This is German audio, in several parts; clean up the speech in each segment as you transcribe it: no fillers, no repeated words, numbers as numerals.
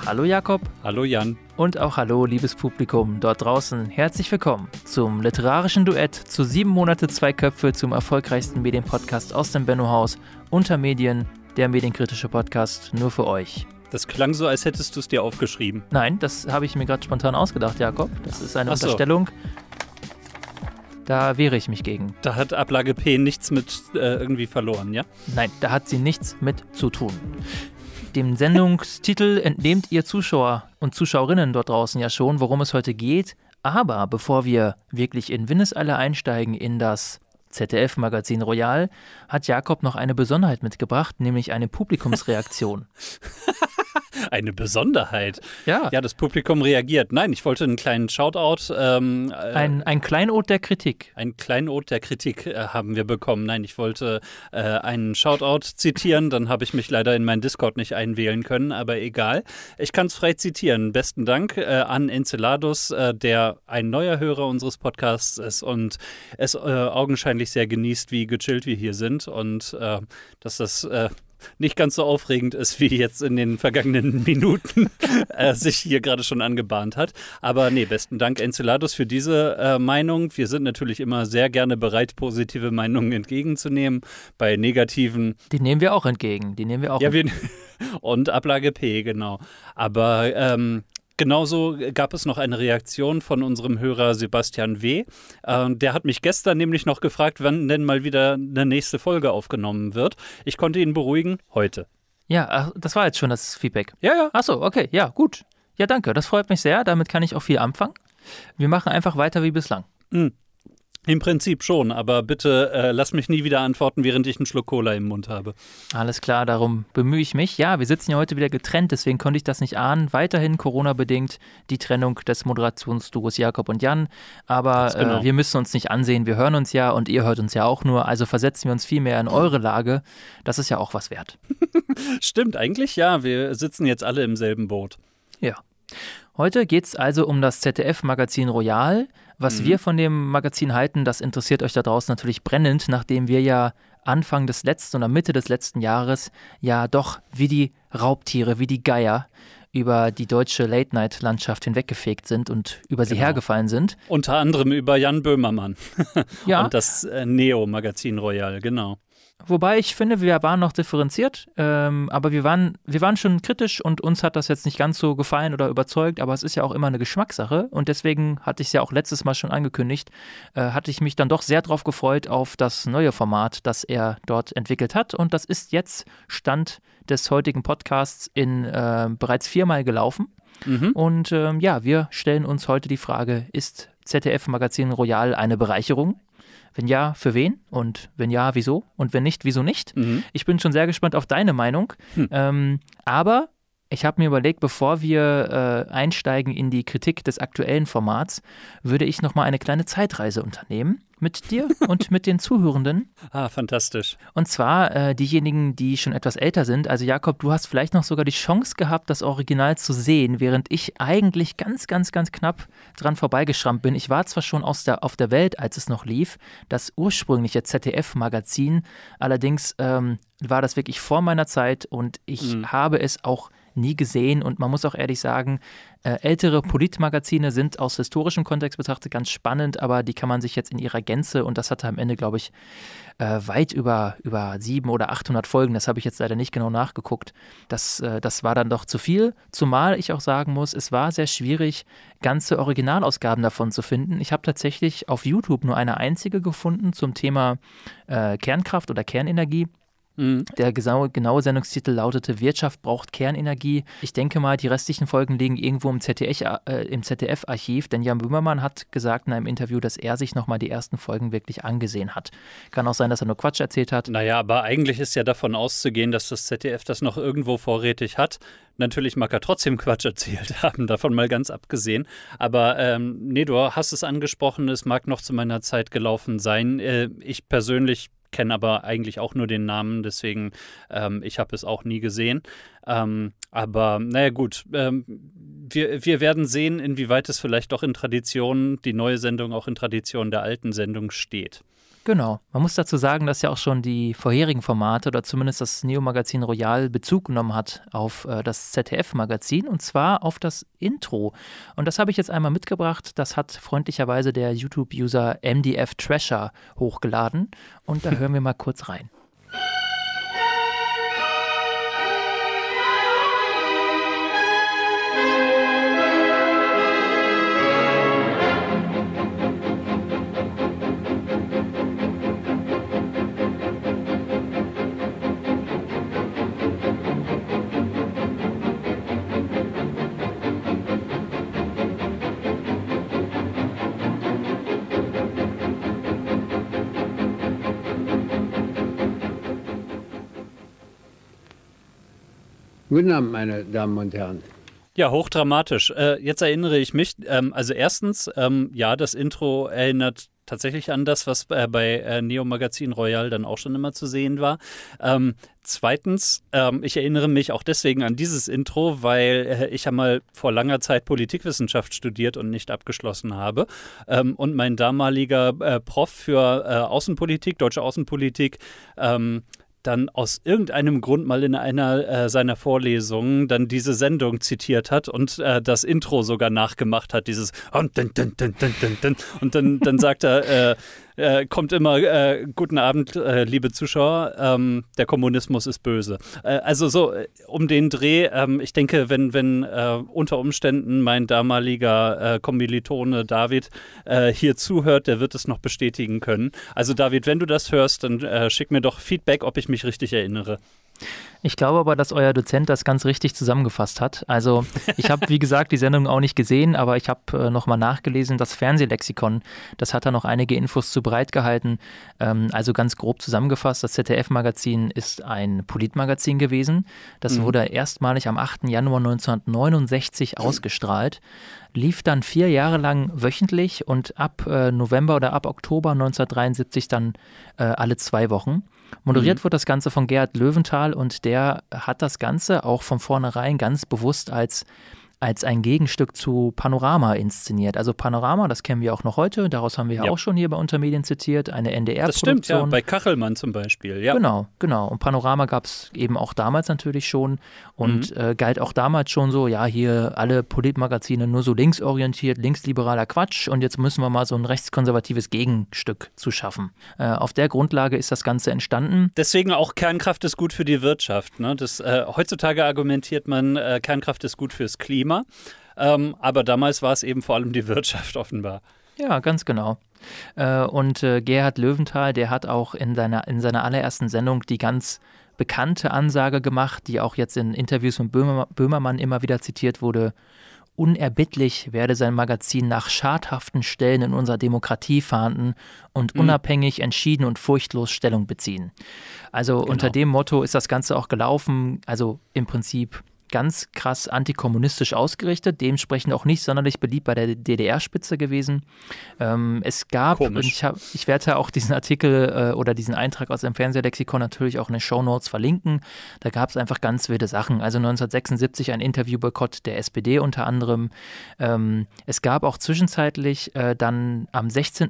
Hallo Jakob. Hallo Jan. Und auch hallo liebes Publikum dort draußen. Herzlich willkommen zum literarischen Duett zu 7 Monate 2 Köpfe zum erfolgreichsten Medienpodcast aus dem Benno-Haus. Unter Medien, der medienkritische Podcast, nur für euch. Das klang so, als hättest du es dir aufgeschrieben. Nein, das habe ich mir gerade spontan ausgedacht, Jakob. Das ist eine Unterstellung. Da wehre ich mich gegen. Da hat Ablage P nichts mit irgendwie verloren, ja? Nein, da hat sie nichts mit zu tun. Dem Sendungstitel entnehmt ihr Zuschauer und Zuschauerinnen dort draußen ja schon, worum es heute geht. Aber bevor wir wirklich in Windeseile einsteigen in das ZDF-Magazin Royal, hat Jakob noch eine Besonderheit mitgebracht, nämlich eine Publikumsreaktion. Eine Besonderheit? Ja. Ja, das Publikum reagiert. Nein, ich wollte einen kleinen Shoutout. Ein Kleinod der Kritik. Ein Kleinod der Kritik haben wir bekommen. Nein, ich wollte einen Shoutout zitieren. Dann habe ich mich leider in meinen Discord nicht einwählen können, aber egal. Ich kann es frei zitieren. Besten Dank an Enceladus, der ein neuer Hörer unseres Podcasts ist und es augenscheinlich sehr genießt, wie gechillt wir hier sind und dass das nicht ganz so aufregend ist, wie jetzt in den vergangenen Minuten sich hier gerade schon angebahnt hat. Aber nee, besten Dank Enceladus für diese Meinung. Wir sind natürlich immer sehr gerne bereit, positive Meinungen entgegenzunehmen. Bei negativen... Die nehmen wir auch entgegen. Und Ablage P, genau. Aber... genauso gab es noch eine Reaktion von unserem Hörer Sebastian W. Der hat mich gestern nämlich noch gefragt, wann denn mal wieder eine nächste Folge aufgenommen wird. Ich konnte ihn beruhigen, heute. Ja, das war jetzt schon das Feedback. Ja. Achso, okay, ja, gut. Ja, danke, das freut mich sehr. Damit kann ich auch viel anfangen. Wir machen einfach weiter wie bislang. Im Prinzip schon, aber bitte lass mich nie wieder antworten, während ich einen Schluck Cola im Mund habe. Alles klar, darum bemühe ich mich. Ja, wir sitzen ja heute wieder getrennt, deswegen konnte ich das nicht ahnen. Weiterhin Corona-bedingt die Trennung des Moderationsduos Jakob und Jan. Aber genau. Wir müssen uns nicht ansehen, wir hören uns ja und ihr hört uns ja auch nur. Also versetzen wir uns viel mehr in eure Lage. Das ist ja auch was wert. Stimmt, eigentlich ja. Wir sitzen jetzt alle im selben Boot. Ja. Heute geht es also um das ZDF-Magazin Royal. Was wir von dem Magazin halten, das interessiert euch da draußen natürlich brennend, nachdem wir ja Anfang des letzten oder Mitte des letzten Jahres ja doch wie die Raubtiere, wie die Geier über die deutsche Late-Night-Landschaft hinweggefegt sind und über sie hergefallen sind. Unter anderem über Jan Böhmermann Ja. Und das Neo-Magazin Royal, genau. Wobei ich finde, wir waren noch differenziert, aber wir waren schon kritisch und uns hat das jetzt nicht ganz so gefallen oder überzeugt, aber es ist ja auch immer eine Geschmackssache und deswegen hatte ich es ja auch letztes Mal schon angekündigt, hatte ich mich dann doch sehr drauf gefreut auf das neue Format, das er dort entwickelt hat und das ist jetzt Stand des heutigen Podcasts in bereits 4-mal gelaufen. Und wir stellen uns heute die Frage, ist ZDF-Magazin Royal eine Bereicherung? Wenn ja, für wen? Und wenn ja, wieso? Und wenn nicht, wieso nicht? Ich bin schon sehr gespannt auf deine Meinung. Aber ich habe mir überlegt, bevor wir einsteigen in die Kritik des aktuellen Formats, würde ich nochmal eine kleine Zeitreise unternehmen mit dir und mit den Zuhörenden. Ah, fantastisch. Und zwar diejenigen, die schon etwas älter sind. Also Jakob, du hast vielleicht noch sogar die Chance gehabt, das Original zu sehen, während ich eigentlich ganz, ganz, ganz knapp dran vorbeigeschrammt bin. Ich war zwar schon auf der Welt, als es noch lief, das ursprüngliche ZDF-Magazin. Allerdings war das wirklich vor meiner Zeit und ich habe es auch nie gesehen und man muss auch ehrlich sagen, ältere Politmagazine sind aus historischem Kontext betrachtet ganz spannend, aber die kann man sich jetzt in ihrer Gänze und das hatte am Ende, glaube ich, weit über 700 oder 800 Folgen, das habe ich jetzt leider nicht genau nachgeguckt. Das war dann doch zu viel, zumal ich auch sagen muss, es war sehr schwierig, ganze Originalausgaben davon zu finden. Ich habe tatsächlich auf YouTube nur eine einzige gefunden zum Thema Kernkraft oder Kernenergie. Der genaue Sendungstitel lautete Wirtschaft braucht Kernenergie. Ich denke mal, die restlichen Folgen liegen irgendwo im ZDF-Archiv, denn Jan Böhmermann hat gesagt in einem Interview, dass er sich nochmal die ersten Folgen wirklich angesehen hat. Kann auch sein, dass er nur Quatsch erzählt hat. Naja, aber eigentlich ist ja davon auszugehen, dass das ZDF das noch irgendwo vorrätig hat. Natürlich mag er trotzdem Quatsch erzählt haben, davon mal ganz abgesehen. Aber nee, du hast es angesprochen, es mag noch zu meiner Zeit gelaufen sein. Ich persönlich kenne aber eigentlich auch nur den Namen, deswegen ich habe es auch nie gesehen. Aber naja gut, wir werden sehen, inwieweit es vielleicht doch in Tradition, die neue Sendung auch in Tradition der alten Sendung steht. Genau. Man muss dazu sagen, dass ja auch schon die vorherigen Formate oder zumindest das Neo-Magazin Royal Bezug genommen hat auf das ZDF-Magazin und zwar auf das Intro. Und das habe ich jetzt einmal mitgebracht. Das hat freundlicherweise der YouTube-User MDF Trasher hochgeladen und da hören wir mal kurz rein. Guten Abend, meine Damen und Herren. Ja, hochdramatisch. Jetzt erinnere ich mich, also erstens, ja, das Intro erinnert tatsächlich an das, was bei Neo Magazin Royal dann auch schon immer zu sehen war. Zweitens, ich erinnere mich auch deswegen an dieses Intro, weil ich ja mal vor langer Zeit Politikwissenschaft studiert und nicht abgeschlossen habe. Und mein damaliger Prof für Außenpolitik, deutsche Außenpolitik, dann aus irgendeinem Grund mal in einer seiner Vorlesungen dann diese Sendung zitiert hat und das Intro sogar nachgemacht hat, dieses und dann sagt er, kommt immer, guten Abend, liebe Zuschauer, der Kommunismus ist böse. Also so um den Dreh, ich denke, wenn unter Umständen mein damaliger Kommilitone David hier zuhört, der wird es noch bestätigen können. Also David, wenn du das hörst, dann schick mir doch Feedback, ob ich mich richtig erinnere. Ich glaube aber, dass euer Dozent das ganz richtig zusammengefasst hat. Also ich habe, wie gesagt, die Sendung auch nicht gesehen, aber ich habe nochmal nachgelesen, das Fernsehlexikon, das hat da noch einige Infos zu bereitgehalten. Also ganz grob zusammengefasst, das ZDF-Magazin ist ein Politmagazin gewesen. Das wurde erstmalig am 8. Januar 1969 ausgestrahlt, lief dann 4 Jahre lang wöchentlich und ab November oder ab Oktober 1973 dann alle 2 Wochen. Moderiert wird das Ganze von Gerhard Löwenthal und der hat das Ganze auch von vornherein ganz bewusst als ein Gegenstück zu Panorama inszeniert. Also Panorama, das kennen wir auch noch heute, daraus haben wir ja auch schon hier bei Untermedien zitiert, eine NDR-Produktion. Das stimmt, ja, bei Kachelmann zum Beispiel, ja. Genau. Und Panorama gab es eben auch damals natürlich schon und galt auch damals schon so, ja, hier alle Politmagazine nur so linksorientiert, linksliberaler Quatsch und jetzt müssen wir mal so ein rechtskonservatives Gegenstück zu schaffen. Auf der Grundlage ist das Ganze entstanden. Deswegen auch Kernkraft ist gut für die Wirtschaft. Ne? Heutzutage argumentiert man, Kernkraft ist gut fürs Klima. Aber damals war es eben vor allem die Wirtschaft offenbar. Ja, ganz genau. Und Gerhard Löwenthal, der hat auch in seiner allerersten Sendung die ganz bekannte Ansage gemacht, die auch jetzt in Interviews mit Böhmermann immer wieder zitiert wurde: Unerbittlich werde sein Magazin nach schadhaften Stellen in unserer Demokratie fahnden und unabhängig, entschieden und furchtlos Stellung beziehen. Also unter dem Motto ist das Ganze auch gelaufen, also im Prinzip ganz krass antikommunistisch ausgerichtet, dementsprechend auch nicht sonderlich beliebt bei der DDR-Spitze gewesen. Es gab, und ich werde auch diesen Artikel oder diesen Eintrag aus dem Fernsehlexikon natürlich auch in den Shownotes verlinken. Da gab es einfach ganz wilde Sachen. Also 1976 ein Interviewboykott der SPD unter anderem. Es gab auch zwischenzeitlich dann am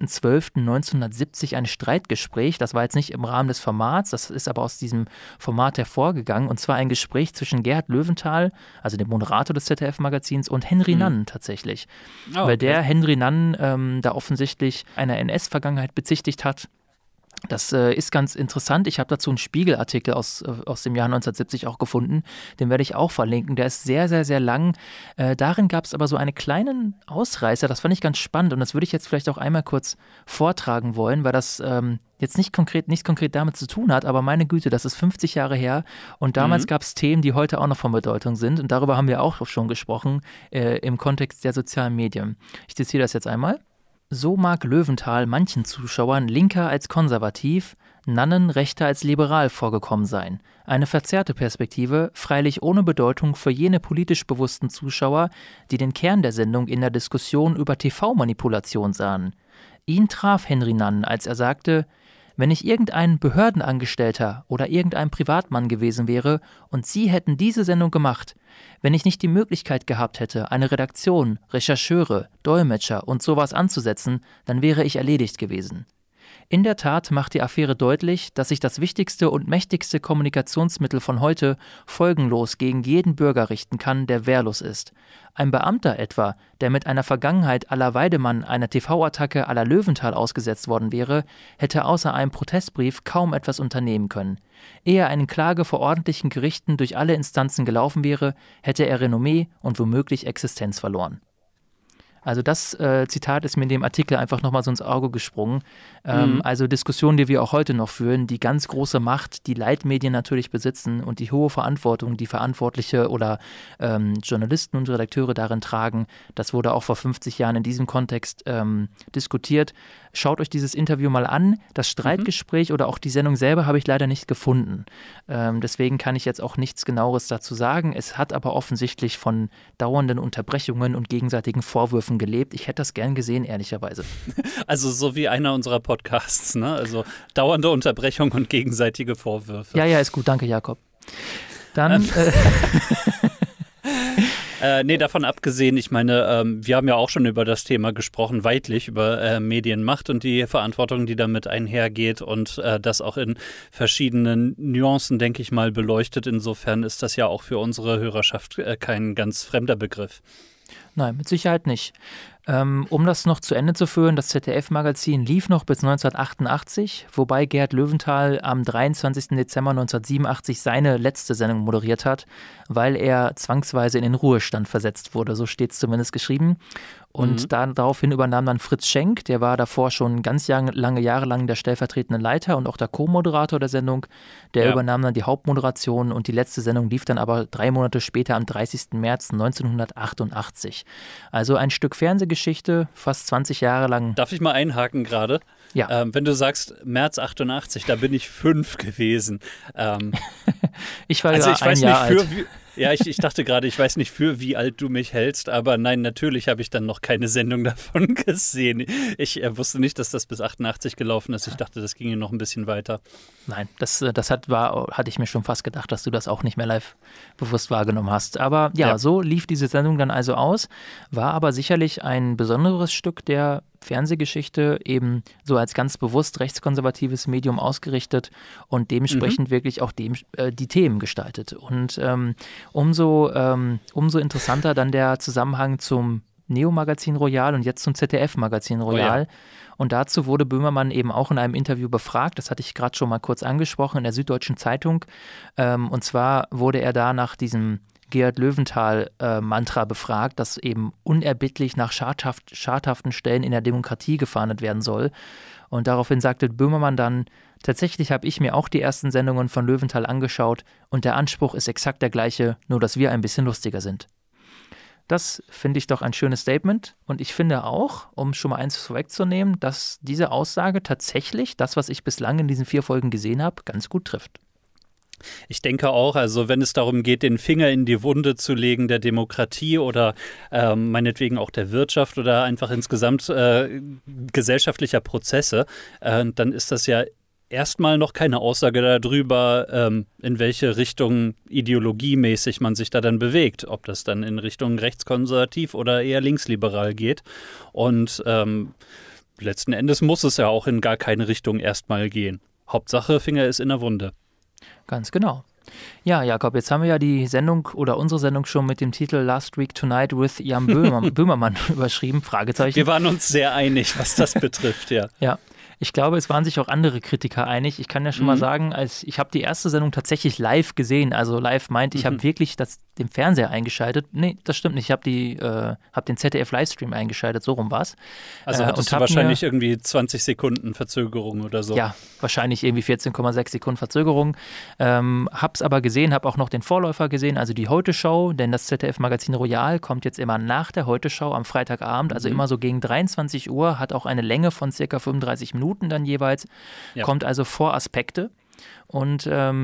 16.12.1970 ein Streitgespräch. Das war jetzt nicht im Rahmen des Formats, das ist aber aus diesem Format hervorgegangen. Und zwar ein Gespräch zwischen Gerhard Löwenthal, also dem Moderator des ZDF-Magazins, und Henry Nannen tatsächlich. Weil der Henry Nannen da offensichtlich einer NS-Vergangenheit bezichtigt hat. Das ist ganz interessant. Ich habe dazu einen Spiegel-Artikel aus dem Jahr 1970 auch gefunden. Den werde ich auch verlinken. Der ist sehr, sehr, sehr lang. Darin gab es aber so einen kleinen Ausreißer. Das fand ich ganz spannend. Und das würde ich jetzt vielleicht auch einmal kurz vortragen wollen, weil das jetzt nichts konkret damit zu tun hat. Aber meine Güte, das ist 50 Jahre her. Und damals gab es Themen, die heute auch noch von Bedeutung sind. Und darüber haben wir auch schon gesprochen im Kontext der sozialen Medien. Ich zitiere das jetzt einmal. So mag Löwenthal manchen Zuschauern linker als konservativ, Nannen rechter als liberal vorgekommen sein. Eine verzerrte Perspektive, freilich ohne Bedeutung für jene politisch bewussten Zuschauer, die den Kern der Sendung in der Diskussion über TV-Manipulation sahen. Ihn traf Henry Nannen, als er sagte: Wenn ich irgendein Behördenangestellter oder irgendein Privatmann gewesen wäre und Sie hätten diese Sendung gemacht, wenn ich nicht die Möglichkeit gehabt hätte, eine Redaktion, Rechercheure, Dolmetscher und sowas anzusetzen, dann wäre ich erledigt gewesen. In der Tat macht die Affäre deutlich, dass sich das wichtigste und mächtigste Kommunikationsmittel von heute folgenlos gegen jeden Bürger richten kann, der wehrlos ist. Ein Beamter etwa, der mit einer Vergangenheit à la Weidemann einer TV-Attacke à la Löwenthal ausgesetzt worden wäre, hätte außer einem Protestbrief kaum etwas unternehmen können. Ehe eine Klage vor ordentlichen Gerichten durch alle Instanzen gelaufen wäre, hätte er Renommee und womöglich Existenz verloren. Also das Zitat ist mir in dem Artikel einfach nochmal so ins Auge gesprungen. Also Diskussionen, die wir auch heute noch führen, die ganz große Macht, die Leitmedien natürlich besitzen und die hohe Verantwortung, die Verantwortliche oder Journalisten und Redakteure darin tragen, das wurde auch vor 50 Jahren in diesem Kontext diskutiert. Schaut euch dieses Interview mal an. Das Streitgespräch oder auch die Sendung selber habe ich leider nicht gefunden. Deswegen kann ich jetzt auch nichts Genaueres dazu sagen. Es hat aber offensichtlich von dauernden Unterbrechungen und gegenseitigen Vorwürfen gelebt. Ich hätte das gern gesehen, ehrlicherweise. Also so wie einer unserer Podcasts, ne? Also dauernde Unterbrechung und gegenseitige Vorwürfe. Ja, ist gut. Danke, Jakob. Dann nee, davon abgesehen, ich meine, wir haben ja auch schon über das Thema gesprochen, weitlich über Medienmacht und die Verantwortung, die damit einhergeht und das auch in verschiedenen Nuancen, denke ich mal, beleuchtet. Insofern ist das ja auch für unsere Hörerschaft kein ganz fremder Begriff. Nein, mit Sicherheit nicht. Um das noch zu Ende zu führen, das ZDF-Magazin lief noch bis 1988, wobei Gerd Löwenthal am 23. Dezember 1987 seine letzte Sendung moderiert hat, weil er zwangsweise in den Ruhestand versetzt wurde. So steht es zumindest geschrieben. Und daraufhin übernahm dann Fritz Schenk, der war davor schon ganz lange Jahre lang der stellvertretende Leiter und auch der Co-Moderator der Sendung. Der übernahm dann die Hauptmoderation und die letzte Sendung lief dann aber 3 Monate später am 30. März 1988. Also ein Stück Fernsehgeschichte, fast 20 Jahre lang. Darf ich mal einhaken gerade? Ja. Wenn du sagst März 88, da bin ich 5 gewesen. Ich war also ja ich weiß ein Jahr nicht, alt. Ja, ich dachte gerade, ich weiß nicht, für wie alt du mich hältst, aber nein, natürlich habe ich dann noch keine Sendung davon gesehen. Ich wusste nicht, dass das bis 88 gelaufen ist. Ich dachte, das ginge noch ein bisschen weiter. Nein, das hatte ich mir schon fast gedacht, dass du das auch nicht mehr live bewusst wahrgenommen hast. Aber ja, so lief diese Sendung dann also aus, war aber sicherlich ein besonderes Stück der Fernsehgeschichte, eben so als ganz bewusst rechtskonservatives Medium ausgerichtet und dementsprechend wirklich auch die Themen gestaltet. Und umso interessanter dann der Zusammenhang zum Neo-Magazin Royal und jetzt zum ZDF-Magazin Royal. Oh ja. Und dazu wurde Böhmermann eben auch in einem Interview befragt, das hatte ich gerade schon mal kurz angesprochen, in der Süddeutschen Zeitung. Und zwar wurde er da nach diesem Gerd Löwenthal-Mantra befragt, das eben unerbittlich nach schadhaften Stellen in der Demokratie gefahndet werden soll. Und daraufhin sagte Böhmermann dann, tatsächlich habe ich mir auch die ersten Sendungen von Löwenthal angeschaut und der Anspruch ist exakt der gleiche, nur dass wir ein bisschen lustiger sind. Das finde ich doch ein schönes Statement und ich finde auch, um schon mal eins vorwegzunehmen, dass diese Aussage tatsächlich das, was ich bislang in diesen 4 Folgen gesehen habe, ganz gut trifft. Ich denke auch, also wenn es darum geht, den Finger in die Wunde zu legen der Demokratie oder meinetwegen auch der Wirtschaft oder einfach insgesamt gesellschaftlicher Prozesse, dann ist das ja erstmal noch keine Aussage darüber, in welche Richtung ideologiemäßig man sich da dann bewegt, ob das dann in Richtung rechtskonservativ oder eher linksliberal geht. Und letzten Endes muss es ja auch in gar keine Richtung erstmal gehen. Hauptsache, Finger ist in der Wunde. Ganz genau. Ja, Jakob, jetzt haben wir ja die Sendung oder unsere Sendung schon mit dem Titel Last Week Tonight with Jan Böhmermann überschrieben, Fragezeichen. Wir waren uns sehr einig, was das betrifft, ja. Ja. Ich glaube, es waren sich auch andere Kritiker einig. Ich kann ja schon mal sagen, ich habe die erste Sendung tatsächlich live gesehen. Also live meint, ich habe wirklich den Fernseher eingeschaltet. Nee, das stimmt nicht. Ich habe den ZDF-Livestream eingeschaltet, so rum war es. Also hattest du wahrscheinlich irgendwie 20 Sekunden Verzögerung oder so. Ja, wahrscheinlich irgendwie 14,6 Sekunden Verzögerung. Hab's aber gesehen, habe auch noch den Vorläufer gesehen, also die Heute-Show, denn das ZDF-Magazin Royal kommt jetzt immer nach der Heute-Show am Freitagabend, also immer so gegen 23 Uhr, hat auch eine Länge von circa 35 Minuten dann jeweils, kommt also vor Aspekte. Und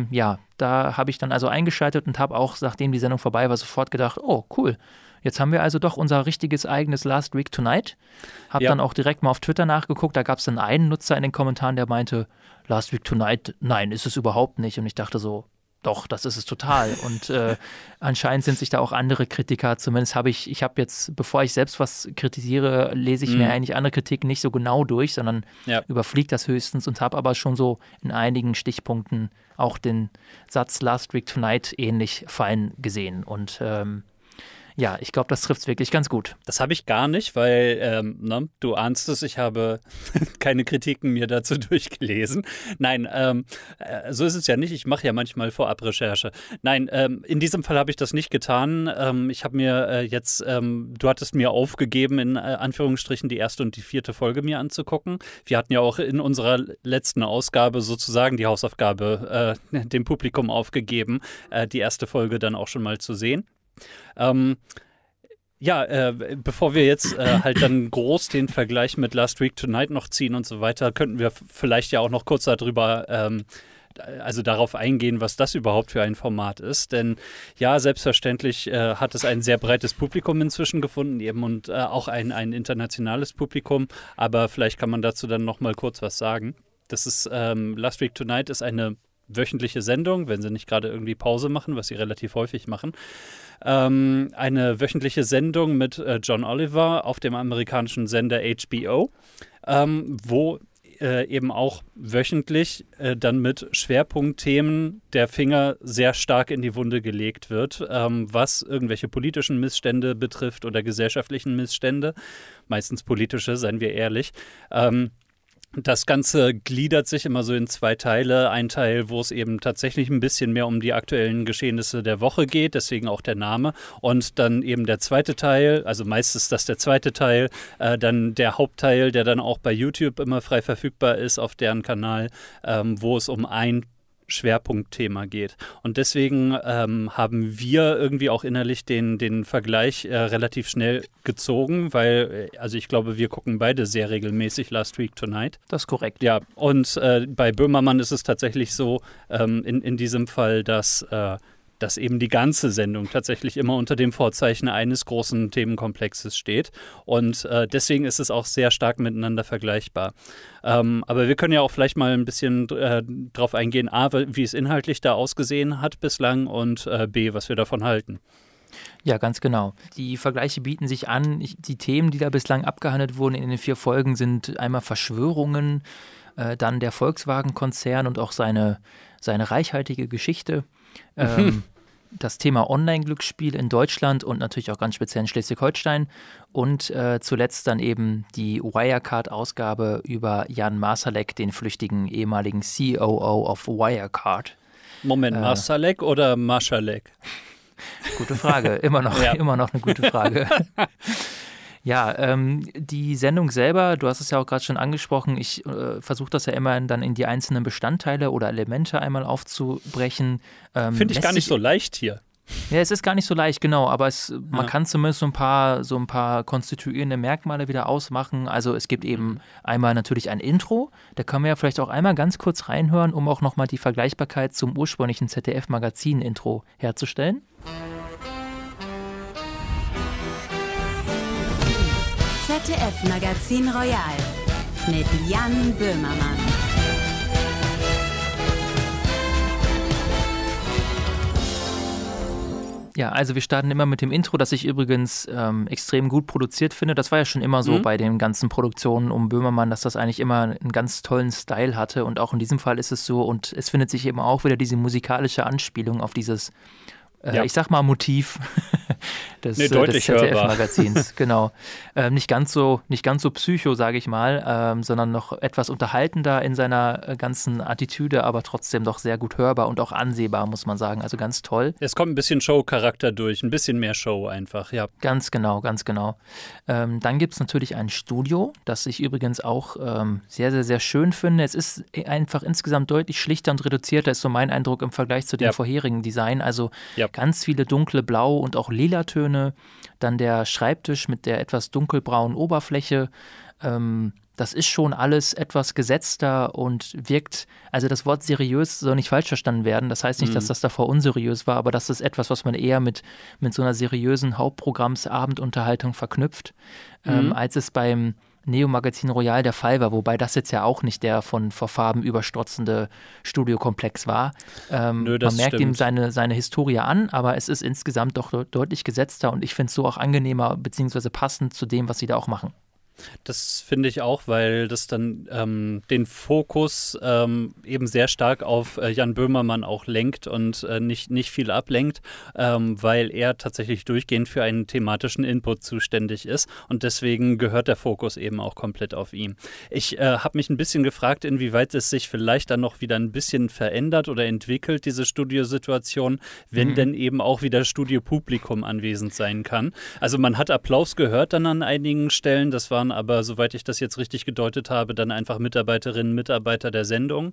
da habe ich dann also eingeschaltet und habe auch, nachdem die Sendung vorbei war, sofort gedacht, oh cool, jetzt haben wir also doch unser richtiges eigenes Last Week Tonight. Habe dann auch direkt mal auf Twitter nachgeguckt, da gab es dann einen Nutzer in den Kommentaren, der meinte, Last Week Tonight, nein, ist es überhaupt nicht. Und ich dachte so, Doch, das ist es total. Und anscheinend sind sich da auch andere Kritiker, zumindest ich habe jetzt, bevor ich selbst was kritisiere, lese ich mir eigentlich andere Kritiken nicht so genau durch, sondern überfliege das höchstens und habe aber schon so in einigen Stichpunkten auch den Satz Last Week Tonight ähnlich fallen gesehen. Und ja, ich glaube, das trifft es wirklich ganz gut. Das habe ich gar nicht, weil, du ahnst es, ich habe keine Kritiken mir dazu durchgelesen. Nein, so ist es ja nicht. Ich mache ja manchmal Vorab-Recherche. Nein, in diesem Fall habe ich das nicht getan. Ich habe mir jetzt, du hattest mir aufgegeben, in Anführungsstrichen die 1. und die 4. Folge mir anzugucken. Wir hatten ja auch in unserer letzten Ausgabe sozusagen die Hausaufgabe dem Publikum aufgegeben, die 1. Folge dann auch schon mal zu sehen. Bevor wir jetzt halt dann groß den Vergleich mit Last Week Tonight noch ziehen und so weiter, könnten wir vielleicht ja auch noch kurz darüber, also darauf eingehen, was das überhaupt für ein Format ist. Denn ja, selbstverständlich hat es ein sehr breites Publikum inzwischen gefunden eben und auch ein internationales Publikum. Aber vielleicht kann man dazu dann noch mal kurz was sagen. Das ist Last Week Tonight ist eine wöchentliche Sendung, wenn sie nicht gerade irgendwie Pause machen, was sie relativ häufig machen. Eine wöchentliche Sendung mit John Oliver auf dem amerikanischen Sender HBO, wo eben auch wöchentlich dann mit Schwerpunktthemen der Finger sehr stark in die Wunde gelegt wird, was irgendwelche politischen Missstände betrifft oder gesellschaftlichen Missstände, meistens politische, seien wir ehrlich. Das Ganze gliedert sich immer so in 2 Teile. Ein Teil, wo es eben tatsächlich ein bisschen mehr um die aktuellen Geschehnisse der Woche geht, deswegen auch der Name. Und dann eben der zweite Teil, also meist ist das der zweite Teil, dann der Hauptteil, der dann auch bei YouTube immer frei verfügbar ist auf deren Kanal, wo es um ein Schwerpunktthema geht. Und deswegen haben wir irgendwie auch innerlich den Vergleich relativ schnell gezogen, weil, also ich glaube, wir gucken beide sehr regelmäßig Last Week Tonight. Das ist korrekt. Ja, und bei Böhmermann ist es tatsächlich so, in diesem Fall, dass eben die ganze Sendung tatsächlich immer unter dem Vorzeichen eines großen Themenkomplexes steht. Und deswegen ist es auch sehr stark miteinander vergleichbar. Aber wir können ja auch vielleicht mal ein bisschen drauf eingehen, A, wie es inhaltlich da ausgesehen hat bislang und B, was wir davon halten. Ja, ganz genau. Die Vergleiche bieten sich an. Die Themen, die da bislang abgehandelt wurden in den 4 Folgen, sind einmal Verschwörungen, dann der Volkswagen-Konzern und auch seine reichhaltige Geschichte. Das Thema Online-Glücksspiel in Deutschland und natürlich auch ganz speziell in Schleswig-Holstein und zuletzt dann eben die Wirecard-Ausgabe über Jan Marsalek, den flüchtigen ehemaligen COO of Wirecard. Moment, Marsalek oder Marschalek? Gute Frage, immer noch eine gute Frage. Ja, die Sendung selber, du hast es ja auch gerade schon angesprochen, ich versuche das ja immer dann in die einzelnen Bestandteile oder Elemente einmal aufzubrechen. Finde ich gar nicht so leicht hier. Ja, es ist gar nicht so leicht, genau, aber man kann zumindest so ein paar konstituierende Merkmale wieder ausmachen. Also es gibt eben einmal natürlich ein Intro, da können wir ja vielleicht auch einmal ganz kurz reinhören, um auch nochmal die Vergleichbarkeit zum ursprünglichen ZDF-Magazin-Intro herzustellen. ZDF Magazin Royal mit Jan Böhmermann. Ja, also wir starten immer mit dem Intro, das ich übrigens extrem gut produziert finde. Das war ja schon immer so bei den ganzen Produktionen um Böhmermann, dass das eigentlich immer einen ganz tollen Style hatte. Und auch in diesem Fall ist es so. Und es findet sich eben auch wieder diese musikalische Anspielung auf dieses ich sag mal Motiv des ZDF-Magazins. Genau. Nicht ganz so psycho, sage ich mal, sondern noch etwas unterhaltender in seiner ganzen Attitüde, aber trotzdem doch sehr gut hörbar und auch ansehbar, muss man sagen. Also ganz toll. Es kommt ein bisschen Show-Charakter durch, ein bisschen mehr Show einfach, ja. Ganz genau, ganz genau. Dann gibt es natürlich ein Studio, das ich übrigens auch sehr, sehr, sehr schön finde. Es ist einfach insgesamt deutlich schlichter und reduzierter, ist so mein Eindruck im Vergleich zu dem vorherigen Design. Also ganz viele dunkle Blau- und auch Lila-Töne. Dann der Schreibtisch mit der etwas dunkelbraunen Oberfläche. Das ist schon alles etwas gesetzter und wirkt, also das Wort seriös soll nicht falsch verstanden werden. Das heißt nicht, dass das davor unseriös war, aber das ist etwas, was man eher mit so einer seriösen Hauptprogramms-Abendunterhaltung verknüpft, als es beim Neo Magazin Royal der Fall war, wobei das jetzt ja auch nicht der vor Farben überstrotzende Studiokomplex war. Nö, das man merkt stimmt. ihm seine Historie an, aber es ist insgesamt doch deutlich gesetzter und ich finde es so auch angenehmer beziehungsweise passend zu dem, was sie da auch machen. Das finde ich auch, weil das dann den Fokus eben sehr stark auf Jan Böhmermann auch lenkt und nicht viel ablenkt, weil er tatsächlich durchgehend für einen thematischen Input zuständig ist und deswegen gehört der Fokus eben auch komplett auf ihn. Ich habe mich ein bisschen gefragt, inwieweit es sich vielleicht dann noch wieder ein bisschen verändert oder entwickelt, diese Studiosituation, wenn denn eben auch wieder Studiopublikum anwesend sein kann. Also man hat Applaus gehört dann an einigen Stellen, das waren aber, soweit ich das jetzt richtig gedeutet habe, dann einfach Mitarbeiterinnen und Mitarbeiter der Sendung.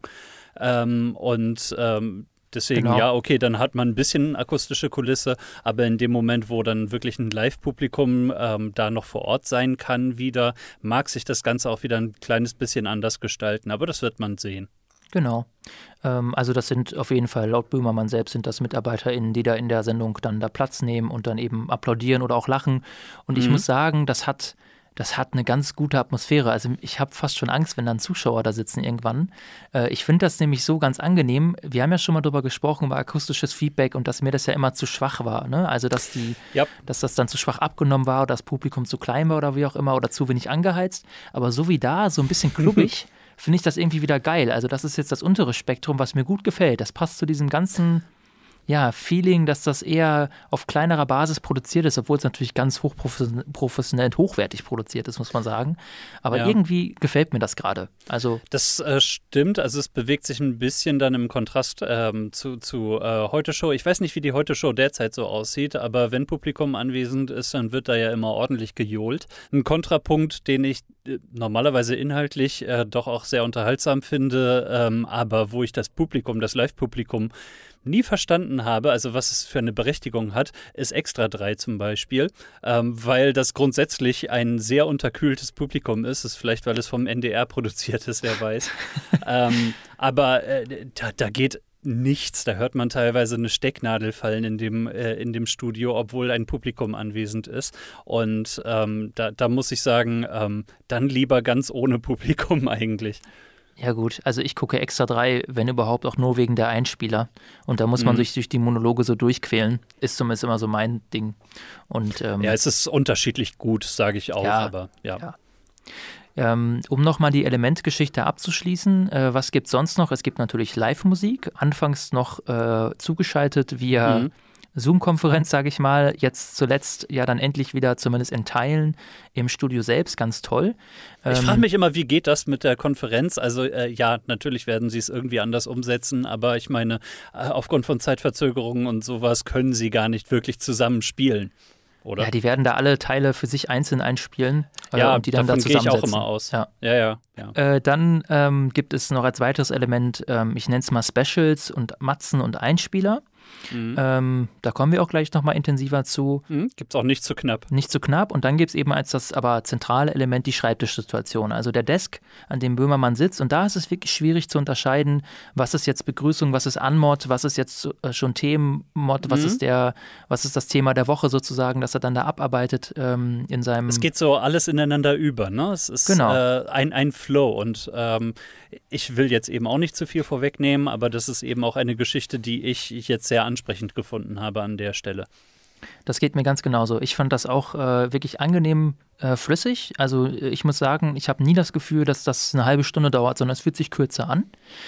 Deswegen, Genau. ja, okay, dann hat man ein bisschen akustische Kulisse, aber in dem Moment, wo dann wirklich ein Live-Publikum da noch vor Ort sein kann wieder, mag sich das Ganze auch wieder ein kleines bisschen anders gestalten, aber das wird man sehen. Genau. Also das sind auf jeden Fall, laut Böhmermann selbst, sind das MitarbeiterInnen, die da in der Sendung dann da Platz nehmen und dann eben applaudieren oder auch lachen. Und ich muss sagen, das hat eine ganz gute Atmosphäre. Also ich habe fast schon Angst, wenn dann Zuschauer da sitzen irgendwann. Ich finde das nämlich so ganz angenehm. Wir haben ja schon mal drüber gesprochen, über akustisches Feedback und dass mir das ja immer zu schwach war. Ne? Also dass das dann zu schwach abgenommen war oder das Publikum zu klein war oder wie auch immer oder zu wenig angeheizt. Aber so wie da, so ein bisschen klubbig, finde ich das irgendwie wieder geil. Also das ist jetzt das untere Spektrum, was mir gut gefällt. Das passt zu diesem ganzen Feeling, dass das eher auf kleinerer Basis produziert ist, obwohl es natürlich ganz hochprofessionell und hochwertig produziert ist, muss man sagen. Aber irgendwie gefällt mir das gerade. Also das stimmt, also es bewegt sich ein bisschen dann im Kontrast zu Heute-Show. Ich weiß nicht, wie die Heute-Show derzeit so aussieht, aber wenn Publikum anwesend ist, dann wird da ja immer ordentlich gejohlt. Ein Kontrapunkt, den ich normalerweise inhaltlich doch auch sehr unterhaltsam finde, aber wo ich das Live-Publikum nie verstanden habe, also was es für eine Berechtigung hat, ist Extra 3 zum Beispiel, weil das grundsätzlich ein sehr unterkühltes Publikum ist vielleicht, weil es vom NDR produziert ist, wer weiß. Aber da geht nichts, da hört man teilweise eine Stecknadel fallen in dem Studio, obwohl ein Publikum anwesend ist und da muss ich sagen, dann lieber ganz ohne Publikum eigentlich. ja gut, also ich gucke Extra 3, wenn überhaupt auch nur wegen der Einspieler. Und da muss man sich durch die Monologe so durchquälen. Ist zumindest immer so mein Ding. Und, es ist unterschiedlich gut, sage ich auch, aber ja. Um nochmal die Elementgeschichte abzuschließen, was gibt es sonst noch? Es gibt natürlich Live-Musik, anfangs noch zugeschaltet via Zoom-Konferenz, sage ich mal, jetzt zuletzt ja dann endlich wieder zumindest in Teilen im Studio selbst, ganz toll. Ich frage mich immer, wie geht das mit der Konferenz? Also natürlich werden sie es irgendwie anders umsetzen, aber ich meine, aufgrund von Zeitverzögerungen und sowas können sie gar nicht wirklich zusammen-spielen, oder? Ja, die werden da alle Teile für sich einzeln einspielen und die dann davon da gehe ich zusammensetzen. auch immer aus. Ja. Dann gibt es noch als weiteres Element, ich nenne es mal Specials und Matzen und Einspieler. Da kommen wir auch gleich nochmal intensiver zu. Gibt es auch nicht zu knapp. Nicht zu knapp. Und dann gibt es eben als das aber zentrale Element die Schreibtischsituation. Also der Desk, an dem Böhmermann sitzt. Und da ist es wirklich schwierig zu unterscheiden, was ist jetzt Begrüßung, was ist Anmod, was ist jetzt schon Themenmod, was ist das Thema der Woche sozusagen, dass er dann da abarbeitet in seinem... Es geht so alles ineinander über, ne? Es ist ein Flow. Und ich will jetzt eben auch nicht zu viel vorwegnehmen, aber das ist eben auch eine Geschichte, die ich jetzt sehr ansprechend gefunden habe an der Stelle. Das geht mir ganz genauso. Ich fand das auch wirklich angenehm flüssig. Also ich muss sagen, ich habe nie das Gefühl, dass das eine halbe Stunde dauert, sondern es fühlt sich kürzer an.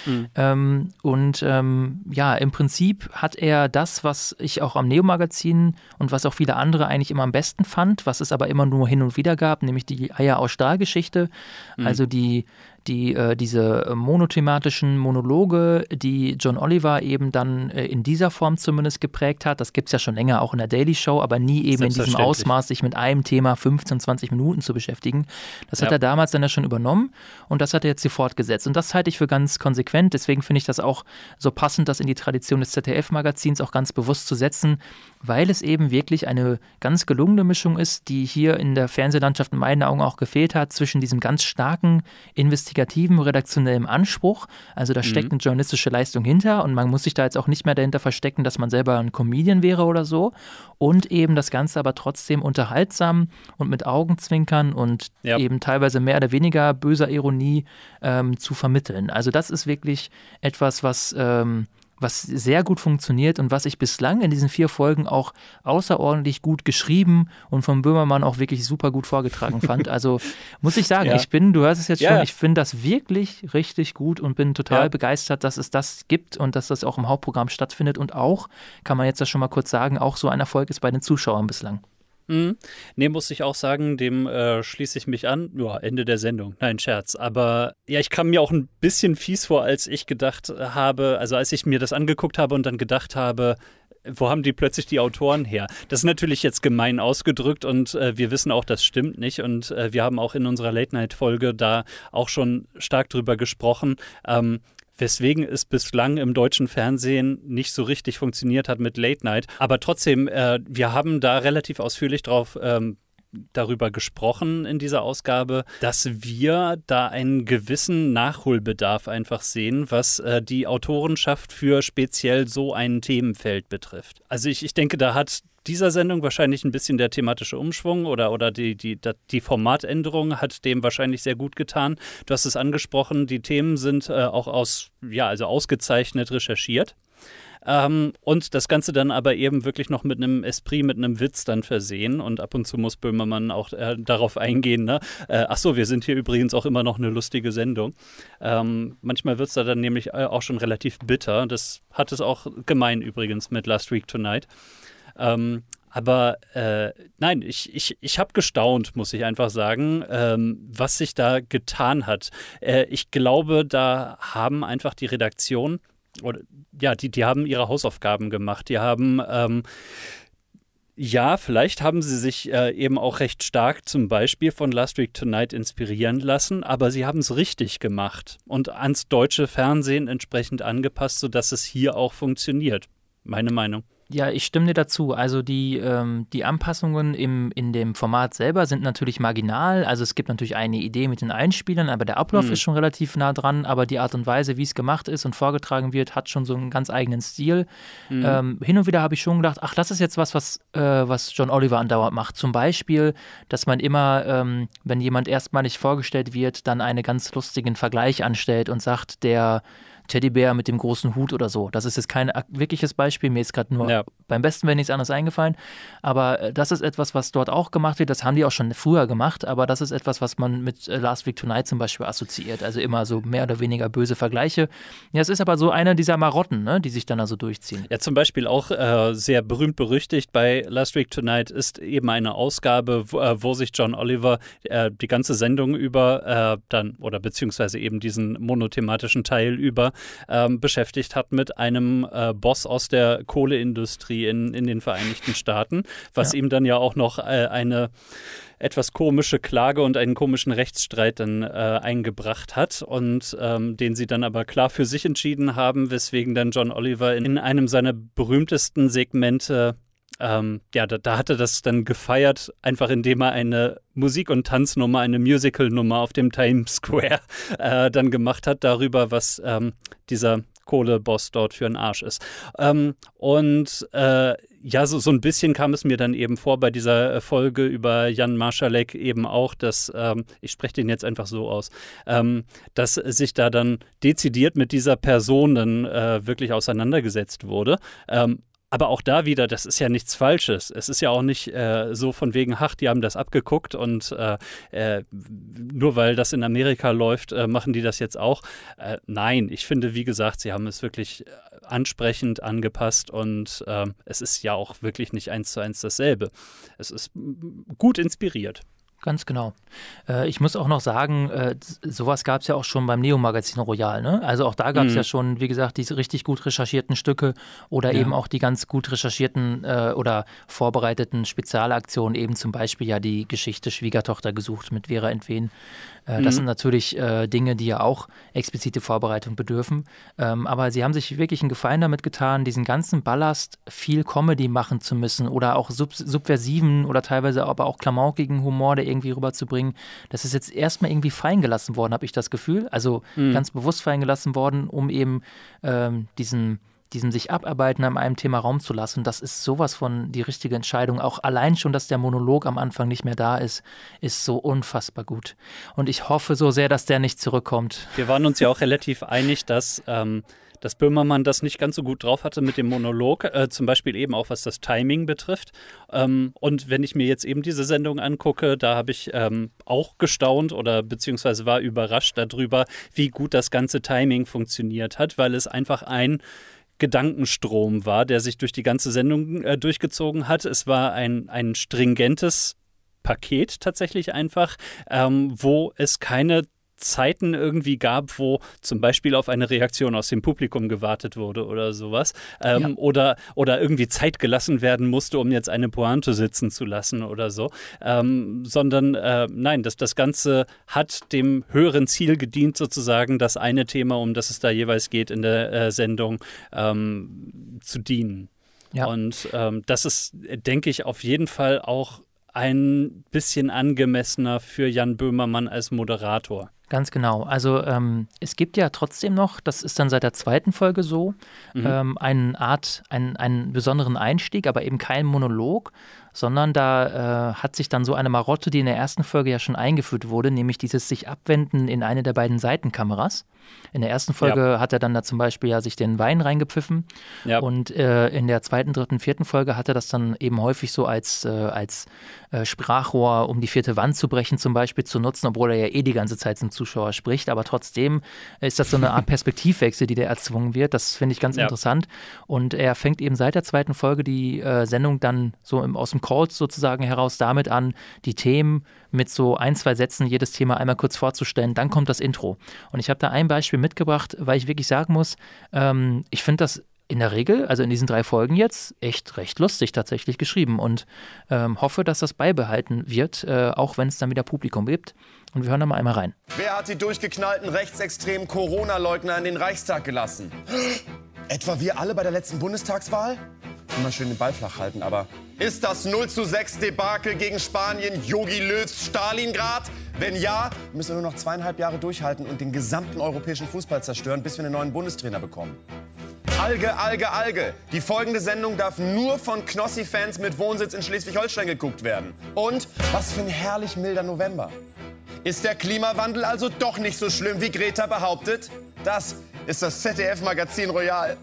Im Prinzip hat er das, was ich auch am Neo-Magazin und was auch viele andere eigentlich immer am besten fand, was es aber immer nur hin und wieder gab, nämlich die Eier aus Stahl-Geschichte. Also diese monothematischen Monologe, die John Oliver eben dann in dieser Form zumindest geprägt hat. Das gibt es ja schon länger auch in der Daily Show, aber nie eben in diesem Ausmaß, sich mit einem Thema 15, 20 Minuten zu beschäftigen. Das hat er damals dann ja schon übernommen und das hat er jetzt hier fortgesetzt. Und das halte ich für ganz konsequent. Deswegen finde ich das auch so passend, das in die Tradition des ZDF-Magazins auch ganz bewusst zu setzen, weil es eben wirklich eine ganz gelungene Mischung ist, die hier in der Fernsehlandschaft in meinen Augen auch gefehlt hat, zwischen diesem ganz starken investierten investigativen, redaktionellem Anspruch. Also da steckt eine journalistische Leistung hinter und man muss sich da jetzt auch nicht mehr dahinter verstecken, dass man selber ein Comedian wäre oder so. Und eben das Ganze aber trotzdem unterhaltsam und mit Augenzwinkern und eben teilweise mehr oder weniger böser Ironie zu vermitteln. Also das ist wirklich etwas, was sehr gut funktioniert und was ich bislang in diesen 4 Folgen auch außerordentlich gut geschrieben und von Böhmermann auch wirklich super gut vorgetragen fand. Also muss ich sagen, du hörst es jetzt schon, ich finde das wirklich richtig gut und bin total begeistert, dass es das gibt und dass das auch im Hauptprogramm stattfindet und auch, kann man jetzt das schon mal kurz sagen, auch so ein Erfolg ist bei den Zuschauern bislang. Nee, muss ich auch sagen, dem schließe ich mich an. Ja, Ende der Sendung. Nein, Scherz. Aber ja, ich kam mir auch ein bisschen fies vor, als ich gedacht habe, also als ich mir das angeguckt habe und dann gedacht habe, wo haben die plötzlich die Autoren her? Das ist natürlich jetzt gemein ausgedrückt und wir wissen auch, das stimmt nicht. Und wir haben auch in unserer Late-Night-Folge da auch schon stark drüber gesprochen, weswegen es bislang im deutschen Fernsehen nicht so richtig funktioniert hat mit Late Night. Aber trotzdem, wir haben da relativ ausführlich darüber gesprochen in dieser Ausgabe, dass wir da einen gewissen Nachholbedarf einfach sehen, was die Autorenschaft für speziell so ein Themenfeld betrifft. Also ich denke, da hat dieser Sendung wahrscheinlich ein bisschen der thematische Umschwung oder die Formatänderung hat dem wahrscheinlich sehr gut getan. Du hast es angesprochen, die Themen sind auch ausgezeichnet recherchiert. Und das Ganze dann aber eben wirklich noch mit einem Esprit, mit einem Witz dann versehen. Und ab und zu muss Böhmermann auch darauf eingehen, ne? Wir sind hier übrigens auch immer noch eine lustige Sendung. Manchmal wird es da dann nämlich auch schon relativ bitter. Das hat es auch gemein übrigens mit Last Week Tonight. Nein, ich habe gestaunt, muss ich einfach sagen, was sich da getan hat. Ich glaube, da haben einfach die Redaktion, die haben ihre Hausaufgaben gemacht. Die haben, vielleicht haben sie sich eben auch recht stark zum Beispiel von Last Week Tonight inspirieren lassen, aber sie haben es richtig gemacht und ans deutsche Fernsehen entsprechend angepasst, sodass es hier auch funktioniert. Meine Meinung. Ja, ich stimme dir dazu. Also die Anpassungen in dem Format selber sind natürlich marginal. Also es gibt natürlich eine Idee mit den Einspielern, aber der Ablauf ist schon relativ nah dran. Aber die Art und Weise, wie es gemacht ist und vorgetragen wird, hat schon so einen ganz eigenen Stil. Hin und wieder habe ich schon gedacht, ach, das ist jetzt was John Oliver andauernd macht. Zum Beispiel, dass man immer, wenn jemand erstmalig vorgestellt wird, dann einen ganz lustigen Vergleich anstellt und sagt, der Teddybär mit dem großen Hut oder so. Das ist jetzt kein wirkliches Beispiel, mir ist gerade nur beim besten, wenn nichts anderes eingefallen. Aber das ist etwas, was dort auch gemacht wird. Das haben die auch schon früher gemacht, aber das ist etwas, was man mit Last Week Tonight zum Beispiel assoziiert. Also immer so mehr oder weniger böse Vergleiche. Ja, es ist aber so einer dieser Marotten, ne, die sich dann also durchziehen. Ja, zum Beispiel auch sehr berühmt-berüchtigt bei Last Week Tonight ist eben eine Ausgabe, wo sich John Oliver die ganze Sendung über beziehungsweise eben diesen monothematischen Teil über beschäftigt hat mit einem Boss aus der Kohleindustrie in den Vereinigten Staaten, was ihm dann ja auch noch eine etwas komische Klage und einen komischen Rechtsstreit dann eingebracht hat und den sie dann aber klar für sich entschieden haben, weswegen dann John Oliver in einem seiner berühmtesten Segmente da hat er das dann gefeiert, einfach indem er eine Musik- und Tanznummer, eine Musical-Nummer auf dem Times Square dann gemacht hat, darüber, was dieser Kohleboss dort für ein Arsch ist. So ein bisschen kam es mir dann eben vor bei dieser Folge über Jan Marschalek eben auch, dass, ich spreche den jetzt einfach so aus, dass sich da dann dezidiert mit dieser Person dann wirklich auseinandergesetzt wurde. Aber auch da wieder, das ist ja nichts Falsches. Es ist ja auch nicht so von wegen, die haben das abgeguckt und nur weil das in Amerika läuft, machen die das jetzt auch. Nein, ich finde, wie gesagt, sie haben es wirklich ansprechend angepasst und es ist ja auch wirklich nicht 1:1 dasselbe. Es ist gut inspiriert. Ganz genau. Ich muss auch noch sagen, sowas gab es ja auch schon beim Neo-Magazin Royal, ne? Also auch da gab es ja schon, wie gesagt, diese richtig gut recherchierten Stücke oder eben auch die ganz gut recherchierten oder vorbereiteten Spezialaktionen, eben zum Beispiel ja die Geschichte Schwiegertochter gesucht mit Vera Entwen. Das sind natürlich Dinge, die ja auch explizite Vorbereitung bedürfen. Aber sie haben sich wirklich einen Gefallen damit getan, diesen ganzen Ballast, viel Comedy machen zu müssen oder auch subversiven oder teilweise aber auch klamaukigen Humor, der irgendwie rüberzubringen. Das ist jetzt erstmal irgendwie fallen gelassen worden, habe ich das Gefühl. Also ganz bewusst fallen gelassen worden, um eben diesem sich abarbeiten an einem Thema Raum zu lassen. Das ist sowas von die richtige Entscheidung. Auch allein schon, dass der Monolog am Anfang nicht mehr da ist so unfassbar gut. Und ich hoffe so sehr, dass der nicht zurückkommt. Wir waren uns ja auch relativ einig, dass Böhmermann das nicht ganz so gut drauf hatte mit dem Monolog, zum Beispiel eben auch was das Timing betrifft. Und wenn ich mir jetzt eben diese Sendung angucke, da habe ich auch gestaunt oder beziehungsweise war überrascht darüber, wie gut das ganze Timing funktioniert hat, weil es einfach ein Gedankenstrom war, der sich durch die ganze Sendung durchgezogen hat. Es war ein stringentes Paket tatsächlich einfach, wo es keine Zeiten irgendwie gab, wo zum Beispiel auf eine Reaktion aus dem Publikum gewartet wurde oder sowas. Oder irgendwie Zeit gelassen werden musste, um jetzt eine Pointe sitzen zu lassen oder so. Sondern nein, das Ganze hat dem höheren Ziel gedient, sozusagen das eine Thema, um das es da jeweils geht in der Sendung, zu dienen. Ja. Und das ist, denke ich, auf jeden Fall auch ein bisschen angemessener für Jan Böhmermann als Moderator. Ganz genau. Also es gibt ja trotzdem noch, das ist dann seit der zweiten Folge so, einen besonderen Einstieg, aber eben kein Monolog, sondern da hat sich dann so eine Marotte, die in der ersten Folge ja schon eingeführt wurde, nämlich dieses sich abwenden in eine der beiden Seitenkameras. In der ersten Folge hat er dann da zum Beispiel ja sich den Wein reingepfiffen und in der zweiten, dritten, vierten Folge hat er das dann eben häufig so als Sprachrohr, um die vierte Wand zu brechen zum Beispiel zu nutzen, obwohl er ja die ganze Zeit zum Zuschauer spricht, aber trotzdem ist das so eine Art Perspektivwechsel, die da erzwungen wird. Das finde ich ganz interessant und er fängt eben seit der zweiten Folge die Sendung dann so aus dem Calls sozusagen heraus damit an, die Themen mit so 1, 2 Sätzen jedes Thema einmal kurz vorzustellen, dann kommt das Intro. Und ich habe da ein Beispiel mitgebracht, weil ich wirklich sagen muss, ich finde das in der Regel, also in diesen 3 Folgen jetzt, echt recht lustig tatsächlich geschrieben und hoffe, dass das beibehalten wird, auch wenn es dann wieder Publikum gibt. Und wir hören da mal einmal rein. Wer hat die durchgeknallten rechtsextremen Corona-Leugner in den Reichstag gelassen? Etwa wir alle bei der letzten Bundestagswahl? Immer schön den Ball flach halten, aber... Ist das 0:6 Debakel gegen Spanien Jogi Löws Stalingrad? Wenn ja, müssen wir nur noch 2,5 Jahre durchhalten und den gesamten europäischen Fußball zerstören, bis wir einen neuen Bundestrainer bekommen. Alge, Alge, Alge. Die folgende Sendung darf nur von Knossi-Fans mit Wohnsitz in Schleswig-Holstein geguckt werden. Und was für ein herrlich milder November. Ist der Klimawandel also doch nicht so schlimm, wie Greta behauptet? Das ist das ZDF-Magazin Royal.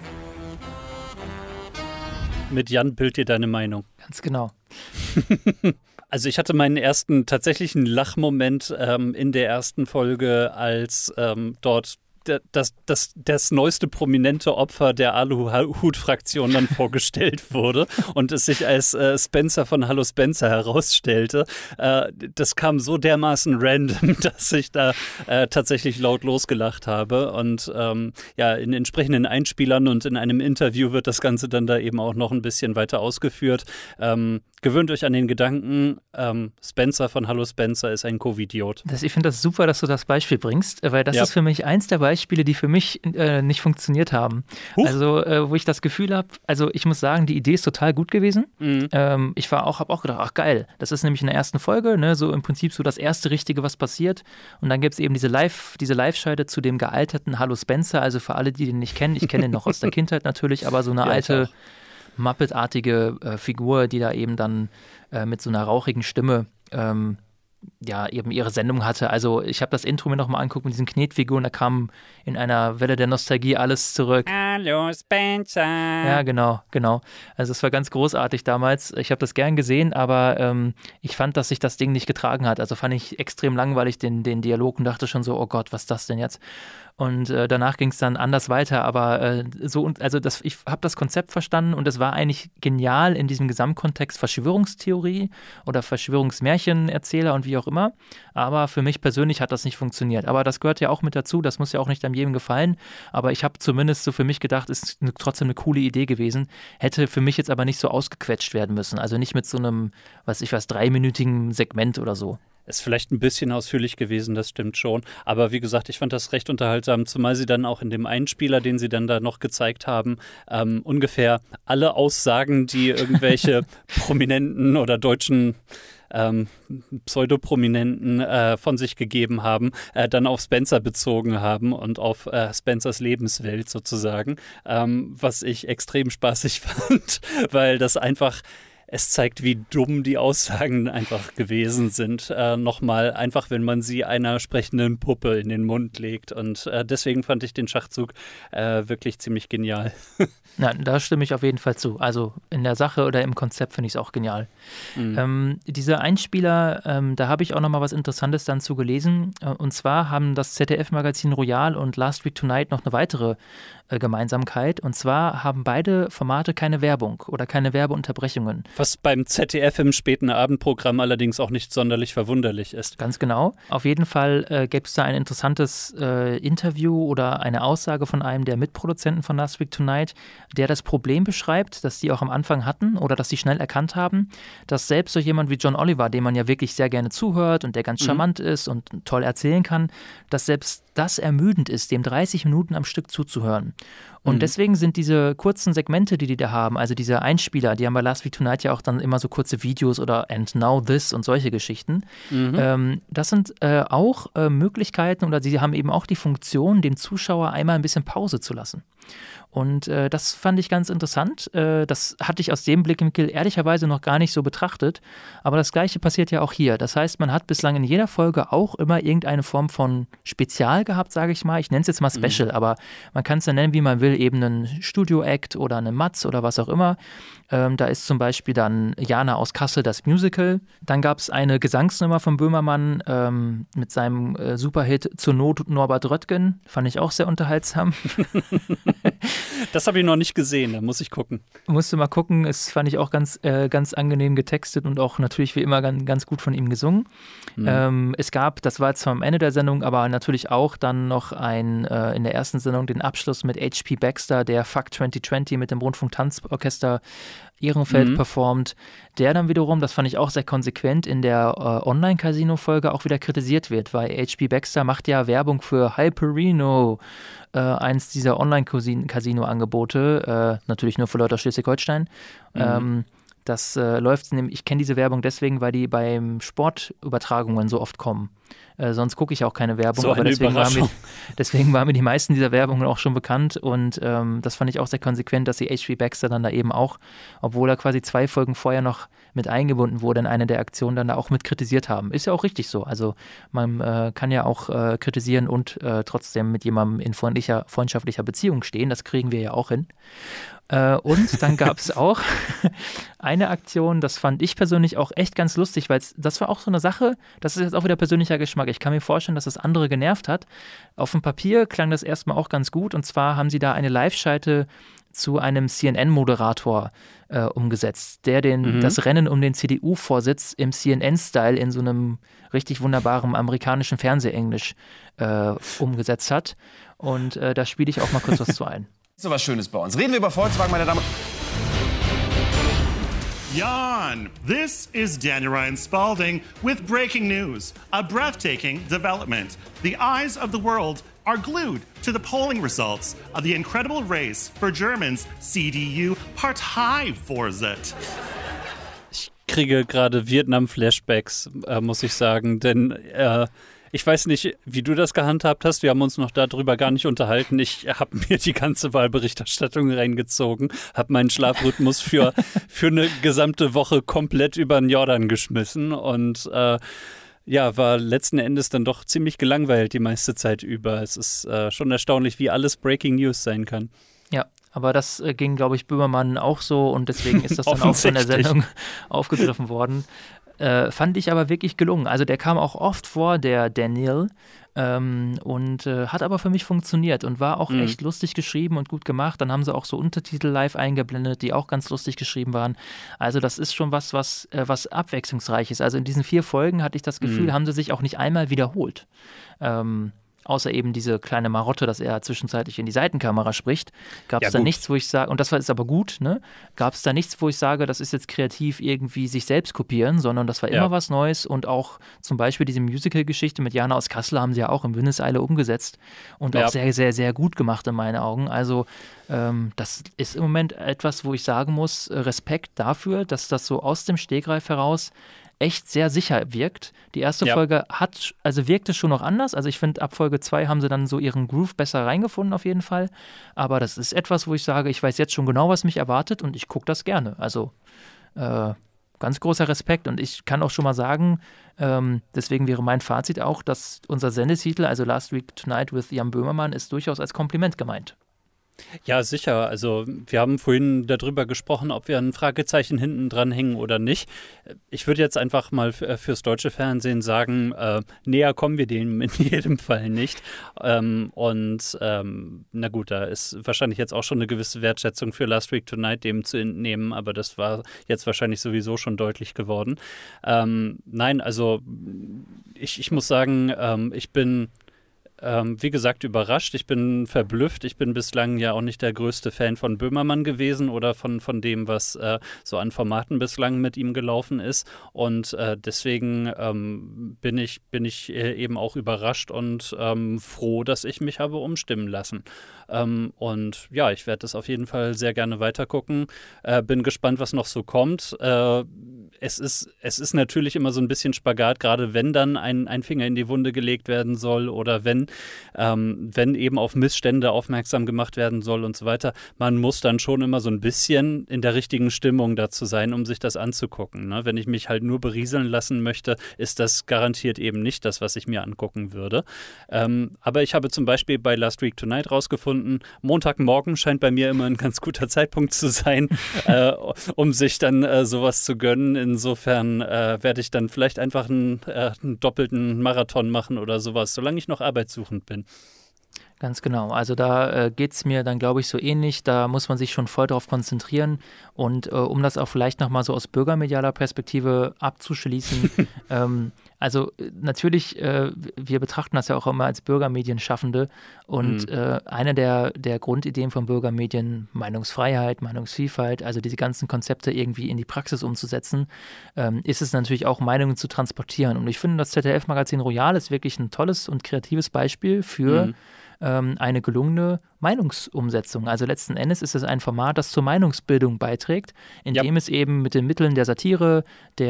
Mit Jan bild dir deine Meinung. Ganz genau. Also ich hatte meinen ersten tatsächlichen Lachmoment in der ersten Folge, als dort das neueste prominente Opfer der Aluhut-Fraktion dann vorgestellt wurde und es sich als Spencer von Hallo Spencer herausstellte. Das kam so dermaßen random, dass ich da tatsächlich laut losgelacht habe. Und in entsprechenden Einspielern und in einem Interview wird das Ganze dann da eben auch noch ein bisschen weiter ausgeführt. Gewöhnt euch an den Gedanken, Spencer von Hallo Spencer ist ein Covidiot. Ich finde das super, dass du das Beispiel bringst, weil das ist für mich eins der Beispiele, die für mich nicht funktioniert haben. Also, wo ich das Gefühl habe, also ich muss sagen, die Idee ist total gut gewesen. Ich habe auch gedacht, ach geil, das ist nämlich in der ersten Folge, ne, so im Prinzip so das erste Richtige, was passiert. Und dann gibt es eben diese Live-Schalte zu dem gealterten Hallo Spencer, also für alle, die den nicht kennen, ich kenne den noch aus der Kindheit natürlich, aber so eine alte Muppet-artige Figur, die da eben dann mit so einer rauchigen Stimme eben ihre Sendung hatte. Also ich habe das Intro mir nochmal angeguckt mit diesen Knetfiguren, da kam in einer Welle der Nostalgie alles zurück. Hallo Spencer. Ja, genau. Also es war ganz großartig damals. Ich habe das gern gesehen, aber ich fand, dass sich das Ding nicht getragen hat. Also fand ich extrem langweilig den Dialog und dachte schon so, oh Gott, was ist das denn jetzt? Und danach ging es dann anders weiter, aber ich habe das Konzept verstanden und es war eigentlich genial in diesem Gesamtkontext Verschwörungstheorie oder Verschwörungsmärchenerzähler und wie wie auch immer. Aber für mich persönlich hat das nicht funktioniert. Aber das gehört ja auch mit dazu, das muss ja auch nicht an jedem gefallen. Aber ich habe zumindest so für mich gedacht, ist trotzdem eine coole Idee gewesen. Hätte für mich jetzt aber nicht so ausgequetscht werden müssen. Also nicht mit so einem, 3-minütigen Segment oder so. Ist vielleicht ein bisschen ausführlich gewesen, das stimmt schon. Aber wie gesagt, ich fand das recht unterhaltsam, zumal sie dann auch in dem Einspieler, den sie dann da noch gezeigt haben, ungefähr alle Aussagen, die irgendwelche Prominenten oder deutschen Pseudoprominenten von sich gegeben haben, dann auf Spencer bezogen haben und auf Spencers Lebenswelt sozusagen, was ich extrem spaßig fand, weil das einfach... Es zeigt, wie dumm die Aussagen einfach gewesen sind. Nochmal, einfach wenn man sie einer sprechenden Puppe in den Mund legt. Und deswegen fand ich den Schachzug wirklich ziemlich genial. Ja, da stimme ich auf jeden Fall zu. Also in der Sache oder im Konzept finde ich es auch genial. Diese Einspieler, da habe ich auch nochmal was Interessantes dann zu gelesen. Und zwar haben das ZDF-Magazin Royal und Last Week Tonight noch eine weitere Gemeinsamkeit. Und zwar haben beide Formate keine Werbung oder keine Werbeunterbrechungen. Was beim ZDF im späten Abendprogramm allerdings auch nicht sonderlich verwunderlich ist. Ganz genau. Auf jeden Fall gibt es da ein interessantes Interview oder eine Aussage von einem der Mitproduzenten von Last Week Tonight, der das Problem beschreibt, das die auch am Anfang hatten oder das sie schnell erkannt haben, dass selbst so jemand wie John Oliver, dem man ja wirklich sehr gerne zuhört und der ganz charmant ist und toll erzählen kann, dass selbst das ermüdend ist, dem 30 Minuten am Stück zuzuhören. Und deswegen sind diese kurzen Segmente, die da haben, also diese Einspieler, die haben bei Last Week Tonight ja auch dann immer so kurze Videos oder And Now This und solche Geschichten. Das sind auch Möglichkeiten oder sie haben eben auch die Funktion, dem Zuschauer einmal ein bisschen Pause zu lassen. Und das fand ich ganz interessant. Das hatte ich aus dem Blickwinkel ehrlicherweise noch gar nicht so betrachtet. Aber das Gleiche passiert ja auch hier. Das heißt, man hat bislang in jeder Folge auch immer irgendeine Form von Spezial gehabt, sage ich mal. Ich nenne es jetzt mal Special, aber man kann es ja nennen, wie man will. Eben einen Studio-Act oder eine Matz oder was auch immer. Da ist zum Beispiel dann Jana aus Kassel, das Musical. Dann gab es eine Gesangsnummer von Böhmermann mit seinem Superhit Zur Not Norbert Röttgen. Fand ich auch sehr unterhaltsam. Das habe ich noch nicht gesehen, da muss ich gucken. Musste mal gucken, es fand ich auch ganz angenehm getextet und auch natürlich wie immer ganz gut von ihm gesungen. Es gab, das war jetzt zwar am Ende der Sendung, aber natürlich auch dann noch in der ersten Sendung den Abschluss mit H.P. Baxter, der Fuck 2020 mit dem Rundfunk-Tanzorchester Ehrenfeld performt, der dann wiederum, das fand ich auch sehr konsequent, in der Online-Casino-Folge auch wieder kritisiert wird, weil H.P. Baxter macht ja Werbung für Hyperino, eins dieser Online-Casino-Angebote, natürlich nur für Leute aus Schleswig-Holstein. Das läuft nämlich, ich kenne diese Werbung deswegen, weil die beim Sportübertragungen so oft kommen. Sonst gucke ich auch keine Werbung, so aber deswegen waren mir die meisten dieser Werbungen auch schon bekannt und das fand ich auch sehr konsequent, dass sie H.P. Baxter dann da eben auch, obwohl er quasi 2 Folgen vorher noch mit eingebunden wurde in eine der Aktionen, dann da auch mit kritisiert haben. Ist ja auch richtig so. Also man kann ja auch kritisieren und trotzdem mit jemandem in freundschaftlicher Beziehung stehen. Das kriegen wir ja auch hin. Und dann gab es auch eine Aktion, das fand ich persönlich auch echt ganz lustig, weil das war auch so eine Sache, das ist jetzt auch wieder persönlicher Geschmack. Ich kann mir vorstellen, dass das andere genervt hat. Auf dem Papier klang das erstmal auch ganz gut und zwar haben sie da eine Live-Schalte zu einem CNN-Moderator umgesetzt, der das Rennen um den CDU-Vorsitz im CNN-Style in so einem richtig wunderbaren amerikanischen Fernsehenglisch umgesetzt hat. Und da spiele ich auch mal kurz was zu ein. So was Schönes bei uns. Reden wir über Volkswagen, meine Damen. Jan, this is Daniel Ryan Spalding with breaking news. A breathtaking development. The eyes of the world are glued to the polling results of the incredible race for Germany's CDU Parteivorsitz. Ich kriege gerade Vietnam-Flashbacks, muss ich sagen, denn ich weiß nicht, wie du das gehandhabt hast. Wir haben uns noch darüber gar nicht unterhalten. Ich habe mir die ganze Wahlberichterstattung reingezogen, habe meinen Schlafrhythmus für eine gesamte Woche komplett über den Jordan geschmissen und war letzten Endes dann doch ziemlich gelangweilt die meiste Zeit über. Es ist schon erstaunlich, wie alles Breaking News sein kann. Ja, aber das ging, glaube ich, Böhmermann auch so und deswegen ist das dann auch von der Sendung aufgegriffen worden. Fand ich aber wirklich gelungen. Also der kam auch oft vor, der Daniel, und hat aber für mich funktioniert und war auch echt lustig geschrieben und gut gemacht. Dann haben sie auch so Untertitel live eingeblendet, die auch ganz lustig geschrieben waren. Also das ist schon was abwechslungsreich ist. Also in diesen 4 Folgen hatte ich das Gefühl, haben sie sich auch nicht einmal wiederholt. Außer eben diese kleine Marotte, dass er zwischenzeitlich in die Seitenkamera spricht, gab es da nichts, wo ich sage, und das ist aber gut, ne? Gab es da nichts, wo ich sage, das ist jetzt kreativ irgendwie sich selbst kopieren, sondern das war immer was Neues und auch zum Beispiel diese Musical-Geschichte mit Jana aus Kassel haben sie ja auch in Windeseile umgesetzt und auch sehr, sehr, sehr gut gemacht in meinen Augen. Also das ist im Moment etwas, wo ich sagen muss, Respekt dafür, dass das so aus dem Stegreif heraus echt sehr sicher wirkt. Die erste Folge wirkte schon noch anders. Also ich finde, ab Folge 2 haben sie dann so ihren Groove besser reingefunden auf jeden Fall. Aber das ist etwas, wo ich sage, ich weiß jetzt schon genau, was mich erwartet und ich gucke das gerne. Also ganz großer Respekt und ich kann auch schon mal sagen, deswegen wäre mein Fazit auch, dass unser Sendetitel, also Last Week Tonight with Jan Böhmermann, ist durchaus als Kompliment gemeint. Ja, sicher. Also wir haben vorhin darüber gesprochen, ob wir ein Fragezeichen hinten dran hängen oder nicht. Ich würde jetzt einfach mal fürs deutsche Fernsehen sagen, näher kommen wir dem in jedem Fall nicht. Na gut, da ist wahrscheinlich jetzt auch schon eine gewisse Wertschätzung für Last Week Tonight dem zu entnehmen, aber das war jetzt wahrscheinlich sowieso schon deutlich geworden. Nein, also ich muss sagen, ich bin wie gesagt, überrascht. Ich bin verblüfft. Ich bin bislang ja auch nicht der größte Fan von Böhmermann gewesen oder von dem, was so an Formaten bislang mit ihm gelaufen ist. Und deswegen bin ich eben auch überrascht und froh, dass ich mich habe umstimmen lassen. Und ja, ich werde das auf jeden Fall sehr gerne weitergucken. Bin gespannt, was noch so kommt. Es ist natürlich immer so ein bisschen Spagat, gerade wenn dann ein Finger in die Wunde gelegt werden soll oder wenn eben auf Missstände aufmerksam gemacht werden soll und so weiter. Man muss dann schon immer so ein bisschen in der richtigen Stimmung dazu sein, um sich das anzugucken. Ne? Wenn ich mich halt nur berieseln lassen möchte, ist das garantiert eben nicht das, was ich mir angucken würde. Aber ich habe zum Beispiel bei Last Week Tonight rausgefunden, Montagmorgen scheint bei mir immer ein ganz guter Zeitpunkt zu sein, um sich dann sowas zu gönnen. Insofern werde ich dann vielleicht einfach einen doppelten Marathon machen oder sowas, solange ich noch arbeitssuchend bin. Ganz genau. Also da geht es mir dann, glaube ich, so ähnlich. Da muss man sich schon voll darauf konzentrieren. Und um das auch vielleicht nochmal so aus bürgermedialer Perspektive abzuschließen, also natürlich, wir betrachten das ja auch immer als Bürgermedienschaffende. Und eine der Grundideen von Bürgermedien, Meinungsfreiheit, Meinungsvielfalt, also diese ganzen Konzepte irgendwie in die Praxis umzusetzen, ist es natürlich auch, Meinungen zu transportieren. Und ich finde, das ZDF-Magazin Royal ist wirklich ein tolles und kreatives Beispiel für eine gelungene Meinungsumsetzung. Also letzten Endes ist es ein Format, das zur Meinungsbildung beiträgt, indem es eben mit den Mitteln der Satire,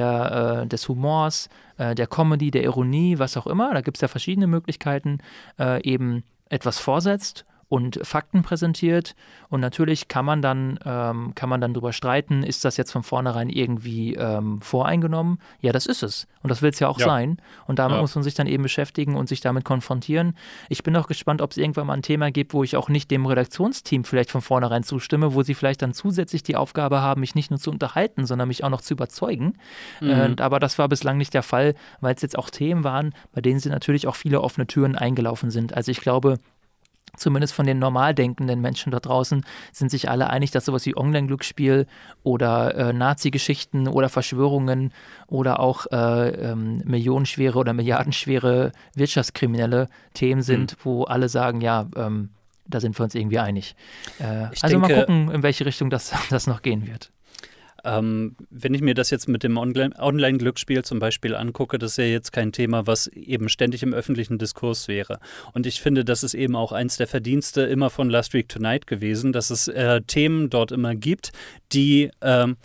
des Humors, der Comedy, der Ironie, was auch immer, da gibt es ja verschiedene Möglichkeiten, eben etwas vorsetzt und Fakten präsentiert. Und natürlich kann man dann darüber streiten, ist das jetzt von vornherein irgendwie voreingenommen? Ja, das ist es. Und das will es ja auch sein. Und damit muss man sich dann eben beschäftigen und sich damit konfrontieren. Ich bin auch gespannt, ob es irgendwann mal ein Thema gibt, wo ich auch nicht dem Redaktionsteam vielleicht von vornherein zustimme, wo sie vielleicht dann zusätzlich die Aufgabe haben, mich nicht nur zu unterhalten, sondern mich auch noch zu überzeugen. Aber das war bislang nicht der Fall, weil es jetzt auch Themen waren, bei denen sie natürlich auch viele offene Türen eingelaufen sind. Also ich glaube, zumindest von den normal denkenden Menschen da draußen, sind sich alle einig, dass sowas wie Online-Glücksspiel oder Nazi-Geschichten oder Verschwörungen oder auch millionenschwere oder milliardenschwere Wirtschaftskriminelle Themen sind, wo alle sagen, ja, da sind wir uns irgendwie einig. Also mal gucken, in welche Richtung das noch gehen wird. Wenn ich mir das jetzt mit dem Online-Glücksspiel zum Beispiel angucke, das ist ja jetzt kein Thema, was eben ständig im öffentlichen Diskurs wäre. Und ich finde, das ist eben auch eins der Verdienste immer von Last Week Tonight gewesen, dass es Themen dort immer gibt, die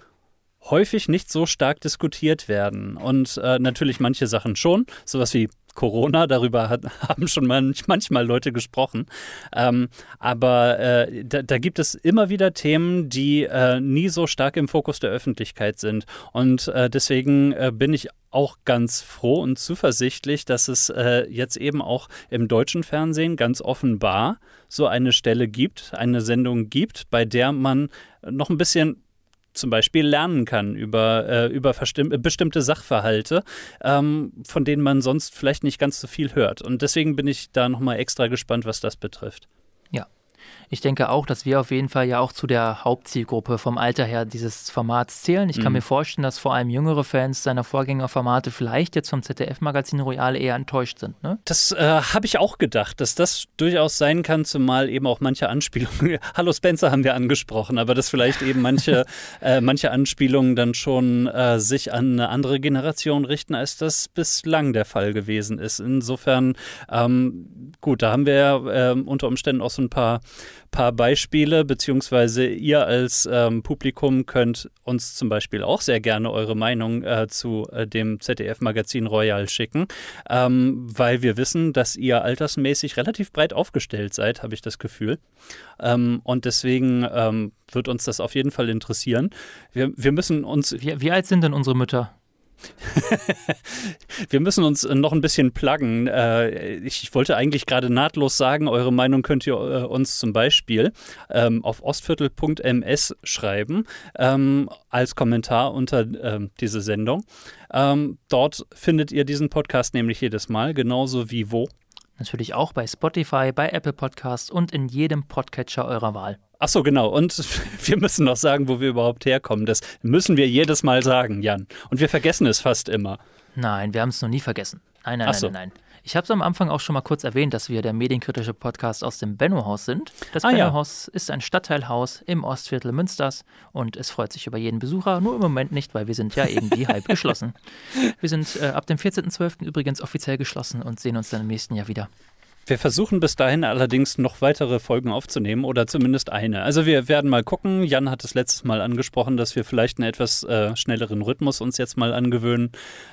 häufig nicht so stark diskutiert werden. Und natürlich manche Sachen schon, sowas wie Corona, darüber haben schon manchmal Leute gesprochen. Aber da gibt es immer wieder Themen, die nie so stark im Fokus der Öffentlichkeit sind. Und deswegen bin ich auch ganz froh und zuversichtlich, dass es jetzt eben auch im deutschen Fernsehen ganz offenbar so eine Stelle gibt, eine Sendung gibt, bei der man noch ein bisschen zum Beispiel lernen kann über bestimmte Sachverhalte, von denen man sonst vielleicht nicht ganz so viel hört. Und deswegen bin ich da nochmal extra gespannt, was das betrifft. Ja. Ich denke auch, dass wir auf jeden Fall ja auch zu der Hauptzielgruppe vom Alter her dieses Formats zählen. Ich kann mir vorstellen, dass vor allem jüngere Fans seiner Vorgängerformate vielleicht jetzt vom ZDF-Magazin Royal eher enttäuscht sind. Ne? Das habe ich auch gedacht, dass das durchaus sein kann, zumal eben auch manche Anspielungen, Hallo Spencer haben wir angesprochen, aber dass vielleicht eben manche Anspielungen dann schon sich an eine andere Generation richten, als das bislang der Fall gewesen ist. Insofern, gut, da haben wir unter Umständen auch so ein paar Beispiele, beziehungsweise ihr als Publikum könnt uns zum Beispiel auch sehr gerne eure Meinung zu dem ZDF-Magazin Royal schicken, weil wir wissen, dass ihr altersmäßig relativ breit aufgestellt seid, habe ich das Gefühl. Und deswegen wird uns das auf jeden Fall interessieren. Wir müssen uns... Wie alt sind denn unsere Mütter? Wir müssen uns noch ein bisschen pluggen. Ich wollte eigentlich gerade nahtlos sagen, eure Meinung könnt ihr uns zum Beispiel auf ostviertel.ms schreiben, als Kommentar unter diese Sendung. Dort findet ihr diesen Podcast nämlich jedes Mal, genauso wie wo? Natürlich auch bei Spotify, bei Apple Podcasts und in jedem Podcatcher eurer Wahl. Ach so, genau. Und wir müssen noch sagen, wo wir überhaupt herkommen. Das müssen wir jedes Mal sagen, Jan. Und wir vergessen es fast immer. Nein, wir haben es noch nie vergessen. Nein. Ich habe es am Anfang auch schon mal kurz erwähnt, dass wir der medienkritische Podcast aus dem Benno-Haus sind. Das Benno-Haus ist ein Stadtteilhaus im Ostviertel Münsters und es freut sich über jeden Besucher, nur im Moment nicht, weil wir sind ja irgendwie halb geschlossen. Wir sind ab dem 14.12. übrigens offiziell geschlossen und sehen uns dann im nächsten Jahr wieder. Wir versuchen bis dahin allerdings noch weitere Folgen aufzunehmen oder zumindest eine. Also wir werden mal gucken. Jan hat es letztes Mal angesprochen, dass wir vielleicht einen etwas schnelleren Rhythmus uns jetzt mal angewöhnen.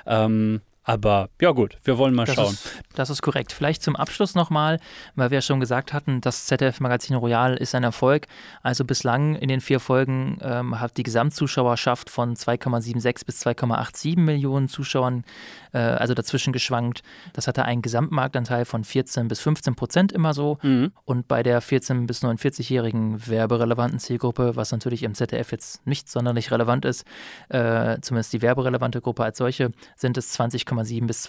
Aber ja gut, wir wollen mal schauen. Das ist korrekt. Vielleicht zum Abschluss nochmal, weil wir ja schon gesagt hatten, das ZDF-Magazin Royal ist ein Erfolg. Also bislang in den 4 Folgen hat die Gesamtzuschauerschaft von 2,76 bis 2,87 Millionen Zuschauern also dazwischen geschwankt. Das hatte einen Gesamtmarktanteil von 14 bis 15% immer so. Und bei der 14- bis 49-jährigen werberelevanten Zielgruppe, was natürlich im ZDF jetzt nicht sonderlich relevant ist, zumindest die werberelevante Gruppe als solche, sind es 20,7 bis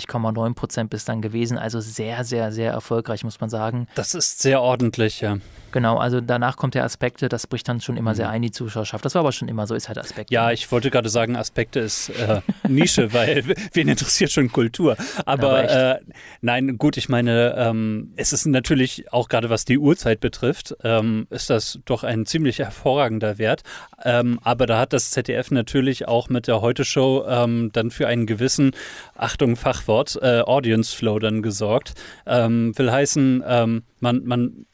22,9% bislang gewesen. Also sehr, sehr, sehr erfolgreich, muss man sagen. Das ist sehr ordentlich, ja. Genau, also danach kommt der Aspekte, das bricht dann schon immer sehr ein, die Zuschauerschaft. Das war aber schon immer so, ist halt Aspekte. Ja, ich wollte gerade sagen, Aspekte ist Nische, weil wen interessiert schon Kultur? Aber nein, gut, ich meine, es ist natürlich auch gerade was die Uhrzeit betrifft, ist das doch ein ziemlich hervorragender Wert. Aber da hat das ZDF natürlich auch mit der Heute-Show dann für einen gewissen, Achtung, Fachwort, Audience Flow dann gesorgt. Will heißen, man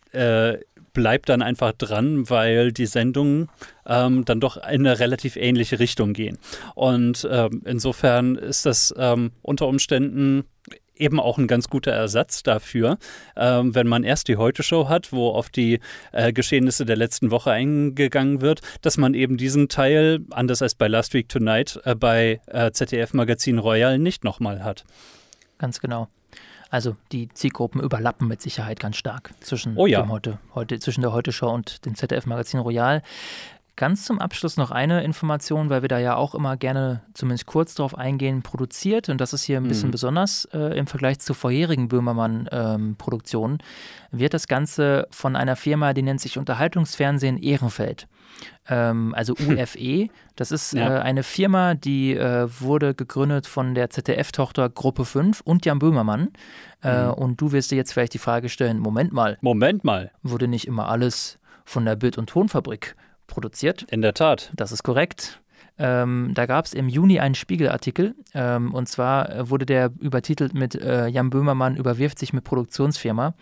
bleibt dann einfach dran, weil die Sendungen dann doch in eine relativ ähnliche Richtung gehen. Und insofern ist das unter Umständen eben auch ein ganz guter Ersatz dafür, wenn man erst die Heute-Show hat, wo auf die Geschehnisse der letzten Woche eingegangen wird, dass man eben diesen Teil, anders als bei Last Week Tonight, bei ZDF-Magazin Royal nicht nochmal hat. Ganz genau. Also die Zielgruppen überlappen mit Sicherheit ganz stark zwischen zwischen der Heute-Show und dem ZDF-Magazin Royal. Ganz zum Abschluss noch eine Information, weil wir da ja auch immer gerne zumindest kurz drauf eingehen, produziert. Und das ist hier ein bisschen besonders im Vergleich zu vorherigen Böhmermann-Produktionen, wird das Ganze von einer Firma, die nennt sich Unterhaltungsfernsehen Ehrenfeld. Also UFE, das ist eine Firma, die wurde gegründet von der ZDF-Tochter Gruppe 5 und Jan Böhmermann. Und du wirst dir jetzt vielleicht die Frage stellen, Moment mal. Wurde nicht immer alles von der Bild- und Tonfabrik produziert? In der Tat. Das ist korrekt. Da gab es im Juni einen Spiegelartikel und zwar wurde der übertitelt mit Jan Böhmermann überwirft sich mit Produktionsfirma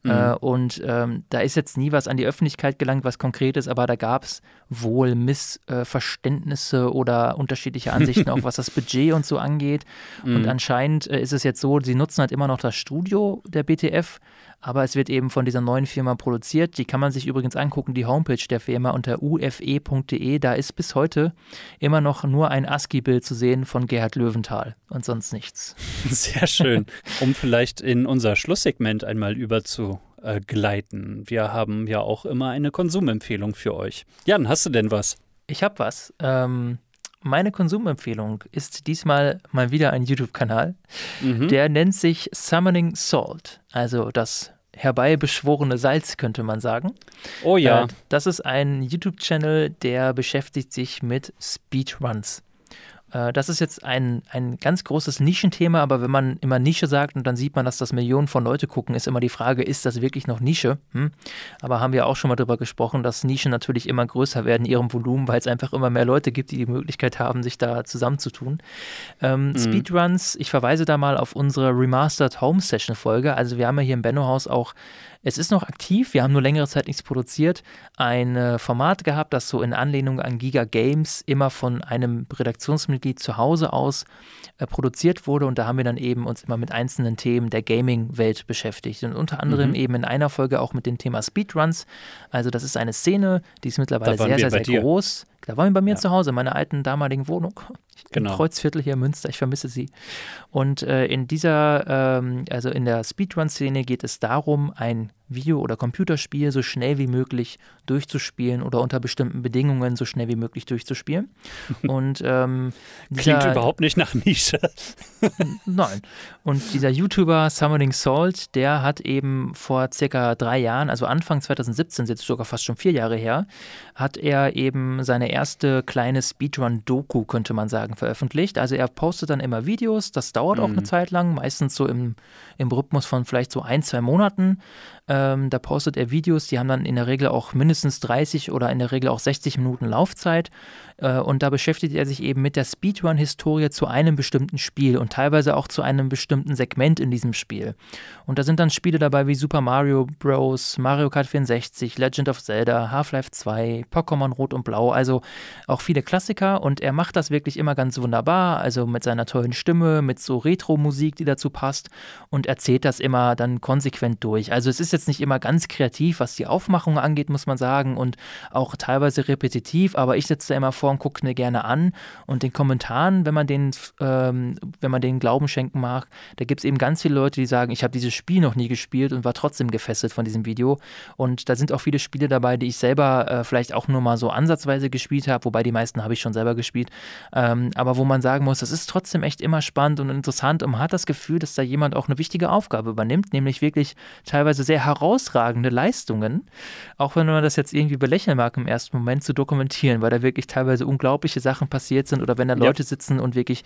und da ist jetzt nie was an die Öffentlichkeit gelangt, was konkret ist, aber da gab es wohl Missverständnisse oder unterschiedliche Ansichten, auch was das Budget und so angeht und anscheinend ist es jetzt so, sie nutzen halt immer noch das Studio der BTF, aber es wird eben von dieser neuen Firma produziert. Die kann man sich übrigens angucken, die Homepage der Firma unter ufe.de. Da ist bis heute immer noch nur ein ASCII-Bild zu sehen von Gerhard Löwenthal und sonst nichts. Sehr schön. Um vielleicht in unser Schlusssegment einmal überzugleiten. Wir haben ja auch immer eine Konsumempfehlung für euch. Jan, hast du denn was? Ich habe was. Meine Konsumempfehlung ist diesmal mal wieder ein YouTube-Kanal. Der nennt sich Summoning Salt, also das herbeibeschworene Salz, könnte man sagen. Oh ja. Das ist ein YouTube-Channel, der beschäftigt sich mit Speedruns. Das ist jetzt ein ganz großes Nischenthema, aber wenn man immer Nische sagt und dann sieht man, dass das Millionen von Leute gucken, ist immer die Frage, ist das wirklich noch Nische? Aber haben wir auch schon mal darüber gesprochen, dass Nischen natürlich immer größer werden in ihrem Volumen, weil es einfach immer mehr Leute gibt, die die Möglichkeit haben, sich da zusammenzutun. Speedruns, ich verweise da mal auf unsere Remastered Home Session Folge. Also wir haben ja hier im Benno-Haus auch, es ist noch aktiv, wir haben nur längere Zeit nichts produziert, ein Format gehabt, das so in Anlehnung an Giga Games immer von einem Redaktionsmitglied zu Hause aus produziert wurde und da haben wir dann eben uns immer mit einzelnen Themen der Gaming-Welt beschäftigt und unter anderem eben in einer Folge auch mit dem Thema Speedruns. Also das ist eine Szene, die ist mittlerweile sehr, sehr groß. Da waren wir bei mir zu Hause, in meiner alten damaligen Wohnung. Im Kreuzviertel hier in Münster, ich vermisse sie. Und in dieser, also in der Speedrun-Szene geht es darum, ein Video- oder Computerspiel so schnell wie möglich durchzuspielen oder unter bestimmten Bedingungen so schnell wie möglich durchzuspielen. Und klingt überhaupt nicht nach Nische. Nein. Und dieser YouTuber Summoning Salt, der hat eben vor circa 3 Jahren, also Anfang 2017, jetzt sogar fast schon 4 Jahre her, hat er eben seine erste kleine Speedrun-Doku, könnte man sagen, veröffentlicht. Also er postet dann immer Videos, das dauert auch eine Zeit lang, meistens so im Rhythmus von vielleicht so 1-2 Monaten. Da postet er Videos, die haben dann in der Regel auch mindestens 30 oder in der Regel auch 60 Minuten Laufzeit. Und da beschäftigt er sich eben mit der Speedrun-Historie zu einem bestimmten Spiel und teilweise auch zu einem bestimmten Segment in diesem Spiel. Und da sind dann Spiele dabei wie Super Mario Bros., Mario Kart 64, Legend of Zelda, Half-Life 2, Pokémon Rot und Blau, also auch viele Klassiker. Und er macht das wirklich immer ganz wunderbar, also mit seiner tollen Stimme, mit so Retro-Musik, die dazu passt und erzählt das immer dann konsequent durch. Also es ist jetzt nicht immer ganz kreativ, was die Aufmachung angeht, muss man sagen, und auch teilweise repetitiv, aber ich sitze da immer vor und gucke mir gerne an und den Kommentaren, wenn man den Glauben schenken mag, da gibt es eben ganz viele Leute, die sagen, ich habe dieses Spiel noch nie gespielt und war trotzdem gefesselt von diesem Video und da sind auch viele Spiele dabei, die ich selber vielleicht auch nur mal so ansatzweise gespielt habe, wobei die meisten habe ich schon selber gespielt, aber wo man sagen muss, das ist trotzdem echt immer spannend und interessant und man hat das Gefühl, dass da jemand auch eine wichtige Aufgabe übernimmt, nämlich wirklich teilweise sehr herausragende Leistungen, auch wenn man das jetzt irgendwie belächeln mag im ersten Moment, zu dokumentieren, weil da wirklich teilweise unglaubliche Sachen passiert sind oder wenn da Leute sitzen und wirklich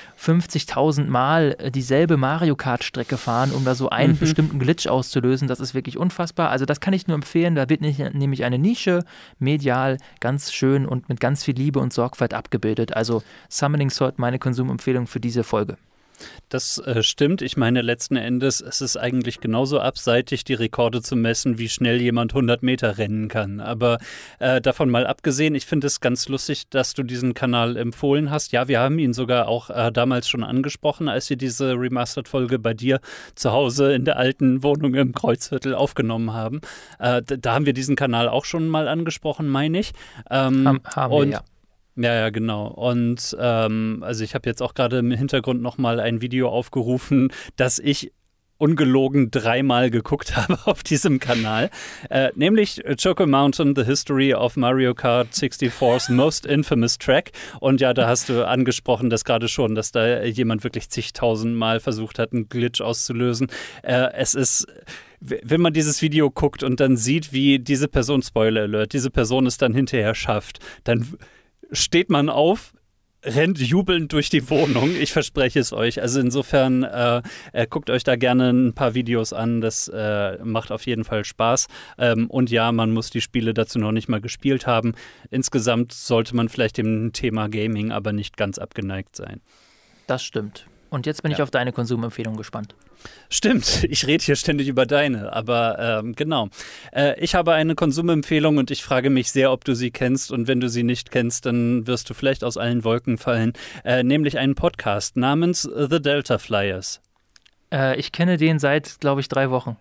50.000 Mal dieselbe Mario Kart Strecke fahren, um da so einen bestimmten Glitch auszulösen, das ist wirklich unfassbar. Also das kann ich nur empfehlen, da wird nämlich eine Nische medial ganz schön und mit ganz viel Liebe und Sorgfalt abgebildet. Also Summoning Salt, meine Konsumempfehlung für diese Folge. Das stimmt. Ich meine, letzten Endes, es ist eigentlich genauso abseitig, die Rekorde zu messen, wie schnell jemand 100 Meter rennen kann. Aber davon mal abgesehen, ich finde es ganz lustig, dass du diesen Kanal empfohlen hast. Ja, wir haben ihn sogar auch damals schon angesprochen, als wir diese Remastered-Folge bei dir zu Hause in der alten Wohnung im Kreuzviertel aufgenommen haben. Da haben wir diesen Kanal auch schon mal angesprochen, meine ich. Haben wir, ja. Ja, genau. Und also ich habe jetzt auch gerade im Hintergrund nochmal ein Video aufgerufen, das ich ungelogen 3-mal geguckt habe auf diesem Kanal, nämlich Choco Mountain, The History of Mario Kart 64's Most Infamous Track. Und ja, da hast du angesprochen, dass gerade schon, dass da jemand wirklich zigtausendmal versucht hat, einen Glitch auszulösen. Es ist... Wenn man dieses Video guckt und dann sieht, wie diese Person, Spoiler Alert, diese Person es dann hinterher schafft, dann steht man auf, rennt jubelnd durch die Wohnung. Ich verspreche es euch. Also insofern guckt euch da gerne ein paar Videos an. Das macht auf jeden Fall Spaß. Und ja, man muss die Spiele dazu noch nicht mal gespielt haben. Insgesamt sollte man vielleicht dem Thema Gaming aber nicht ganz abgeneigt sein. Das stimmt. Und jetzt bin ich auf deine Konsumempfehlung gespannt. Stimmt, ich rede hier ständig über deine, aber genau. Ich habe eine Konsumempfehlung und ich frage mich sehr, ob du sie kennst und wenn du sie nicht kennst, dann wirst du vielleicht aus allen Wolken fallen, nämlich einen Podcast namens The Delta Flyers. Ich kenne den seit, glaube ich, 3 Wochen.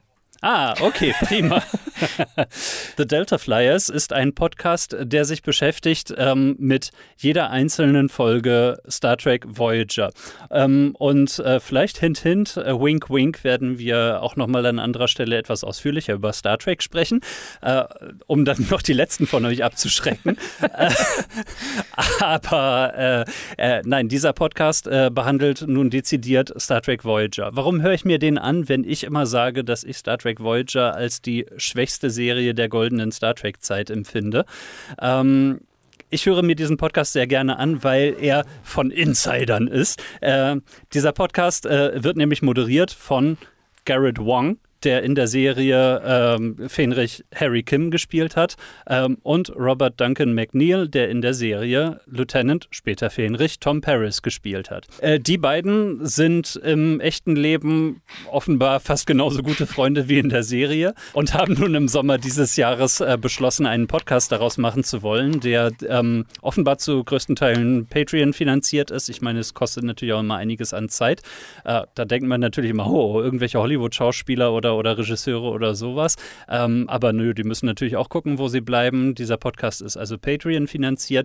Ah, okay, prima. The Delta Flyers ist ein Podcast, der sich beschäftigt mit jeder einzelnen Folge Star Trek Voyager. Und vielleicht hint, wink, wink, werden wir auch nochmal an anderer Stelle etwas ausführlicher über Star Trek sprechen, um dann noch die letzten von euch abzuschrecken. Aber nein, dieser Podcast behandelt nun dezidiert Star Trek Voyager. Warum höre ich mir den an, wenn ich immer sage, dass ich Star Trek Voyager als die schwächste Serie der goldenen Star Trek-Zeit empfinde? Ich höre mir diesen Podcast sehr gerne an, weil er von Insidern ist. Dieser Podcast wird nämlich moderiert von Garrett Wang, der in der Serie Fenrich Harry Kim gespielt hat, und Robert Duncan McNeil, der in der Serie Lieutenant, später Fenrich, Tom Paris gespielt hat. Die beiden sind im echten Leben offenbar fast genauso gute Freunde wie in der Serie und haben nun im Sommer dieses Jahres beschlossen, einen Podcast daraus machen zu wollen, der offenbar zu größten Teilen Patreon finanziert ist. Ich meine, es kostet natürlich auch immer einiges an Zeit. Da denkt man natürlich immer, irgendwelche Hollywood-Schauspieler oder Regisseure oder sowas. Aber nö, die müssen natürlich auch gucken, wo sie bleiben. Dieser Podcast ist also Patreon finanziert.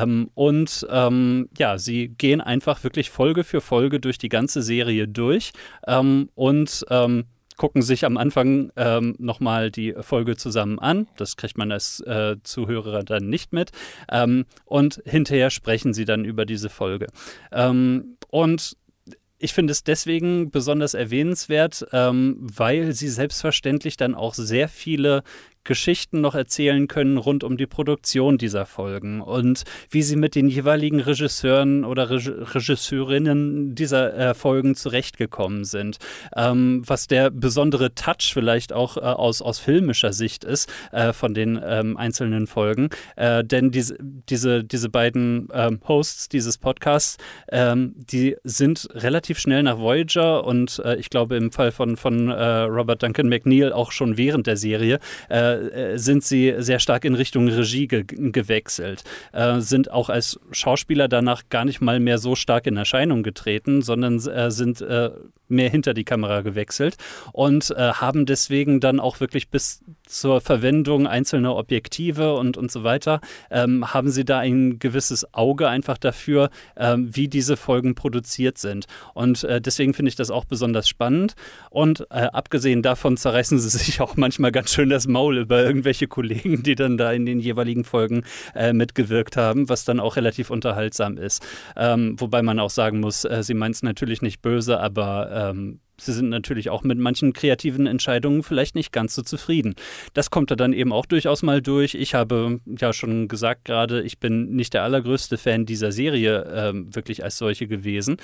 Sie gehen einfach wirklich Folge für Folge durch die ganze Serie durch und gucken sich am Anfang nochmal die Folge zusammen an. Das kriegt man als Zuhörer dann nicht mit. Und hinterher sprechen sie dann über diese Folge. Und ich finde es deswegen besonders erwähnenswert, weil sie selbstverständlich dann auch sehr viele Geschichten noch erzählen können rund um die Produktion dieser Folgen und wie sie mit den jeweiligen Regisseuren oder Regisseurinnen dieser Folgen zurechtgekommen sind. Was der besondere Touch vielleicht auch aus filmischer Sicht ist von den einzelnen Folgen. Denn diese beiden Hosts dieses Podcasts, die sind relativ schnell nach Voyager und ich glaube im Fall von Robert Duncan McNeil auch schon während der Serie sind sie sehr stark in Richtung Regie gewechselt, sind auch als Schauspieler danach gar nicht mal mehr so stark in Erscheinung getreten, sondern sind mehr hinter die Kamera gewechselt und haben deswegen dann auch wirklich bis zur Verwendung einzelner Objektive und so weiter, haben sie da ein gewisses Auge einfach dafür, wie diese Folgen produziert sind. Und deswegen finde ich das auch besonders spannend. Und abgesehen davon zerreißen sie sich auch manchmal ganz schön das Maul über irgendwelche Kollegen, die dann da in den jeweiligen Folgen mitgewirkt haben, was dann auch relativ unterhaltsam ist. Wobei man auch sagen muss, sie meint es natürlich nicht böse, aber sie sind natürlich auch mit manchen kreativen Entscheidungen vielleicht nicht ganz so zufrieden. Das kommt da dann eben auch durchaus mal durch. Ich habe ja schon gesagt gerade, ich bin nicht der allergrößte Fan dieser Serie wirklich als solche gewesen.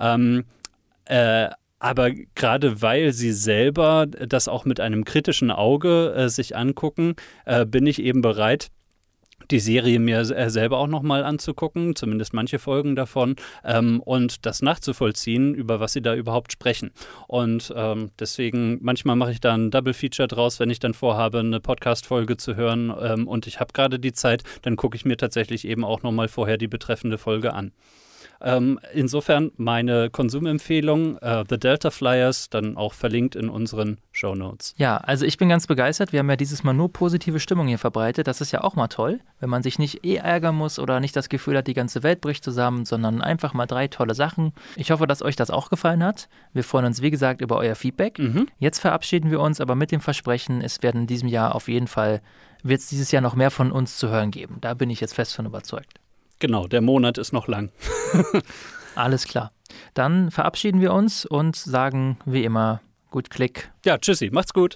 Aber gerade weil sie selber das auch mit einem kritischen Auge sich angucken, bin ich eben bereit, die Serie mir selber auch nochmal anzugucken, zumindest manche Folgen davon, und das nachzuvollziehen, über was sie da überhaupt sprechen. Und deswegen, manchmal mache ich da ein Double Feature draus, wenn ich dann vorhabe, eine Podcast-Folge zu hören und ich habe gerade die Zeit, dann gucke ich mir tatsächlich eben auch nochmal vorher die betreffende Folge an. Insofern meine Konsumempfehlung, The Delta Flyers, dann auch verlinkt in unseren Shownotes. Ja, also ich bin ganz begeistert. Wir haben ja dieses Mal nur positive Stimmung hier verbreitet. Das ist ja auch mal toll, wenn man sich nicht ärgern muss oder nicht das Gefühl hat, die ganze Welt bricht zusammen, sondern einfach mal 3 tolle Sachen. Ich hoffe, dass euch das auch gefallen hat. Wir freuen uns, wie gesagt, über euer Feedback. Jetzt verabschieden wir uns aber mit dem Versprechen, es werden in diesem Jahr auf jeden Fall, wird es dieses Jahr noch mehr von uns zu hören geben. Da bin ich jetzt fest von überzeugt. Genau, der Monat ist noch lang. Alles klar. Dann verabschieden wir uns und sagen wie immer, gut Klick. Ja, tschüssi, macht's gut.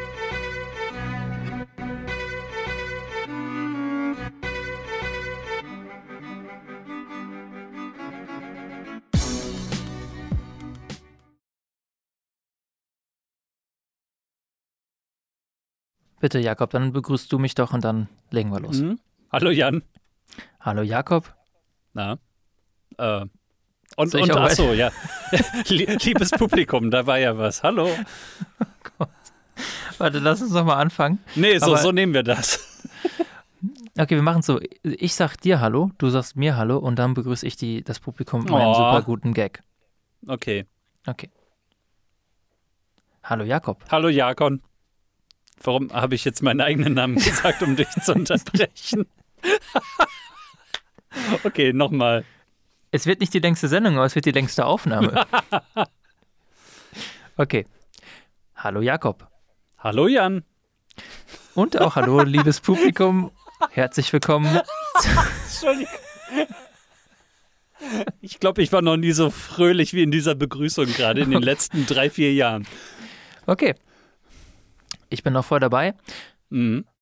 Bitte, Jakob, dann begrüßt du mich doch und dann legen wir los. Hallo Jan. Hallo Jakob. Na? Und achso, ja. Liebes Publikum, da war ja was. Hallo. Oh Gott. Warte, lass uns noch mal anfangen. Nee, so nehmen wir das. Okay, wir machen es so. Ich sag dir Hallo, du sagst mir Hallo und dann begrüße ich das Publikum mit einem super guten Gag. Okay. Hallo Jakob. Hallo Jakon. Warum habe ich jetzt meinen eigenen Namen gesagt, um dich zu unterbrechen? Okay, nochmal. Es wird nicht die längste Sendung, aber es wird die längste Aufnahme. Okay. Hallo Jakob. Hallo Jan. Und auch hallo, liebes Publikum. Herzlich willkommen. Entschuldigung. Ich glaube, ich war noch nie so fröhlich wie in dieser Begrüßung gerade in den letzten 3-4 Jahren. Okay. Ich bin noch voll dabei. Mhm.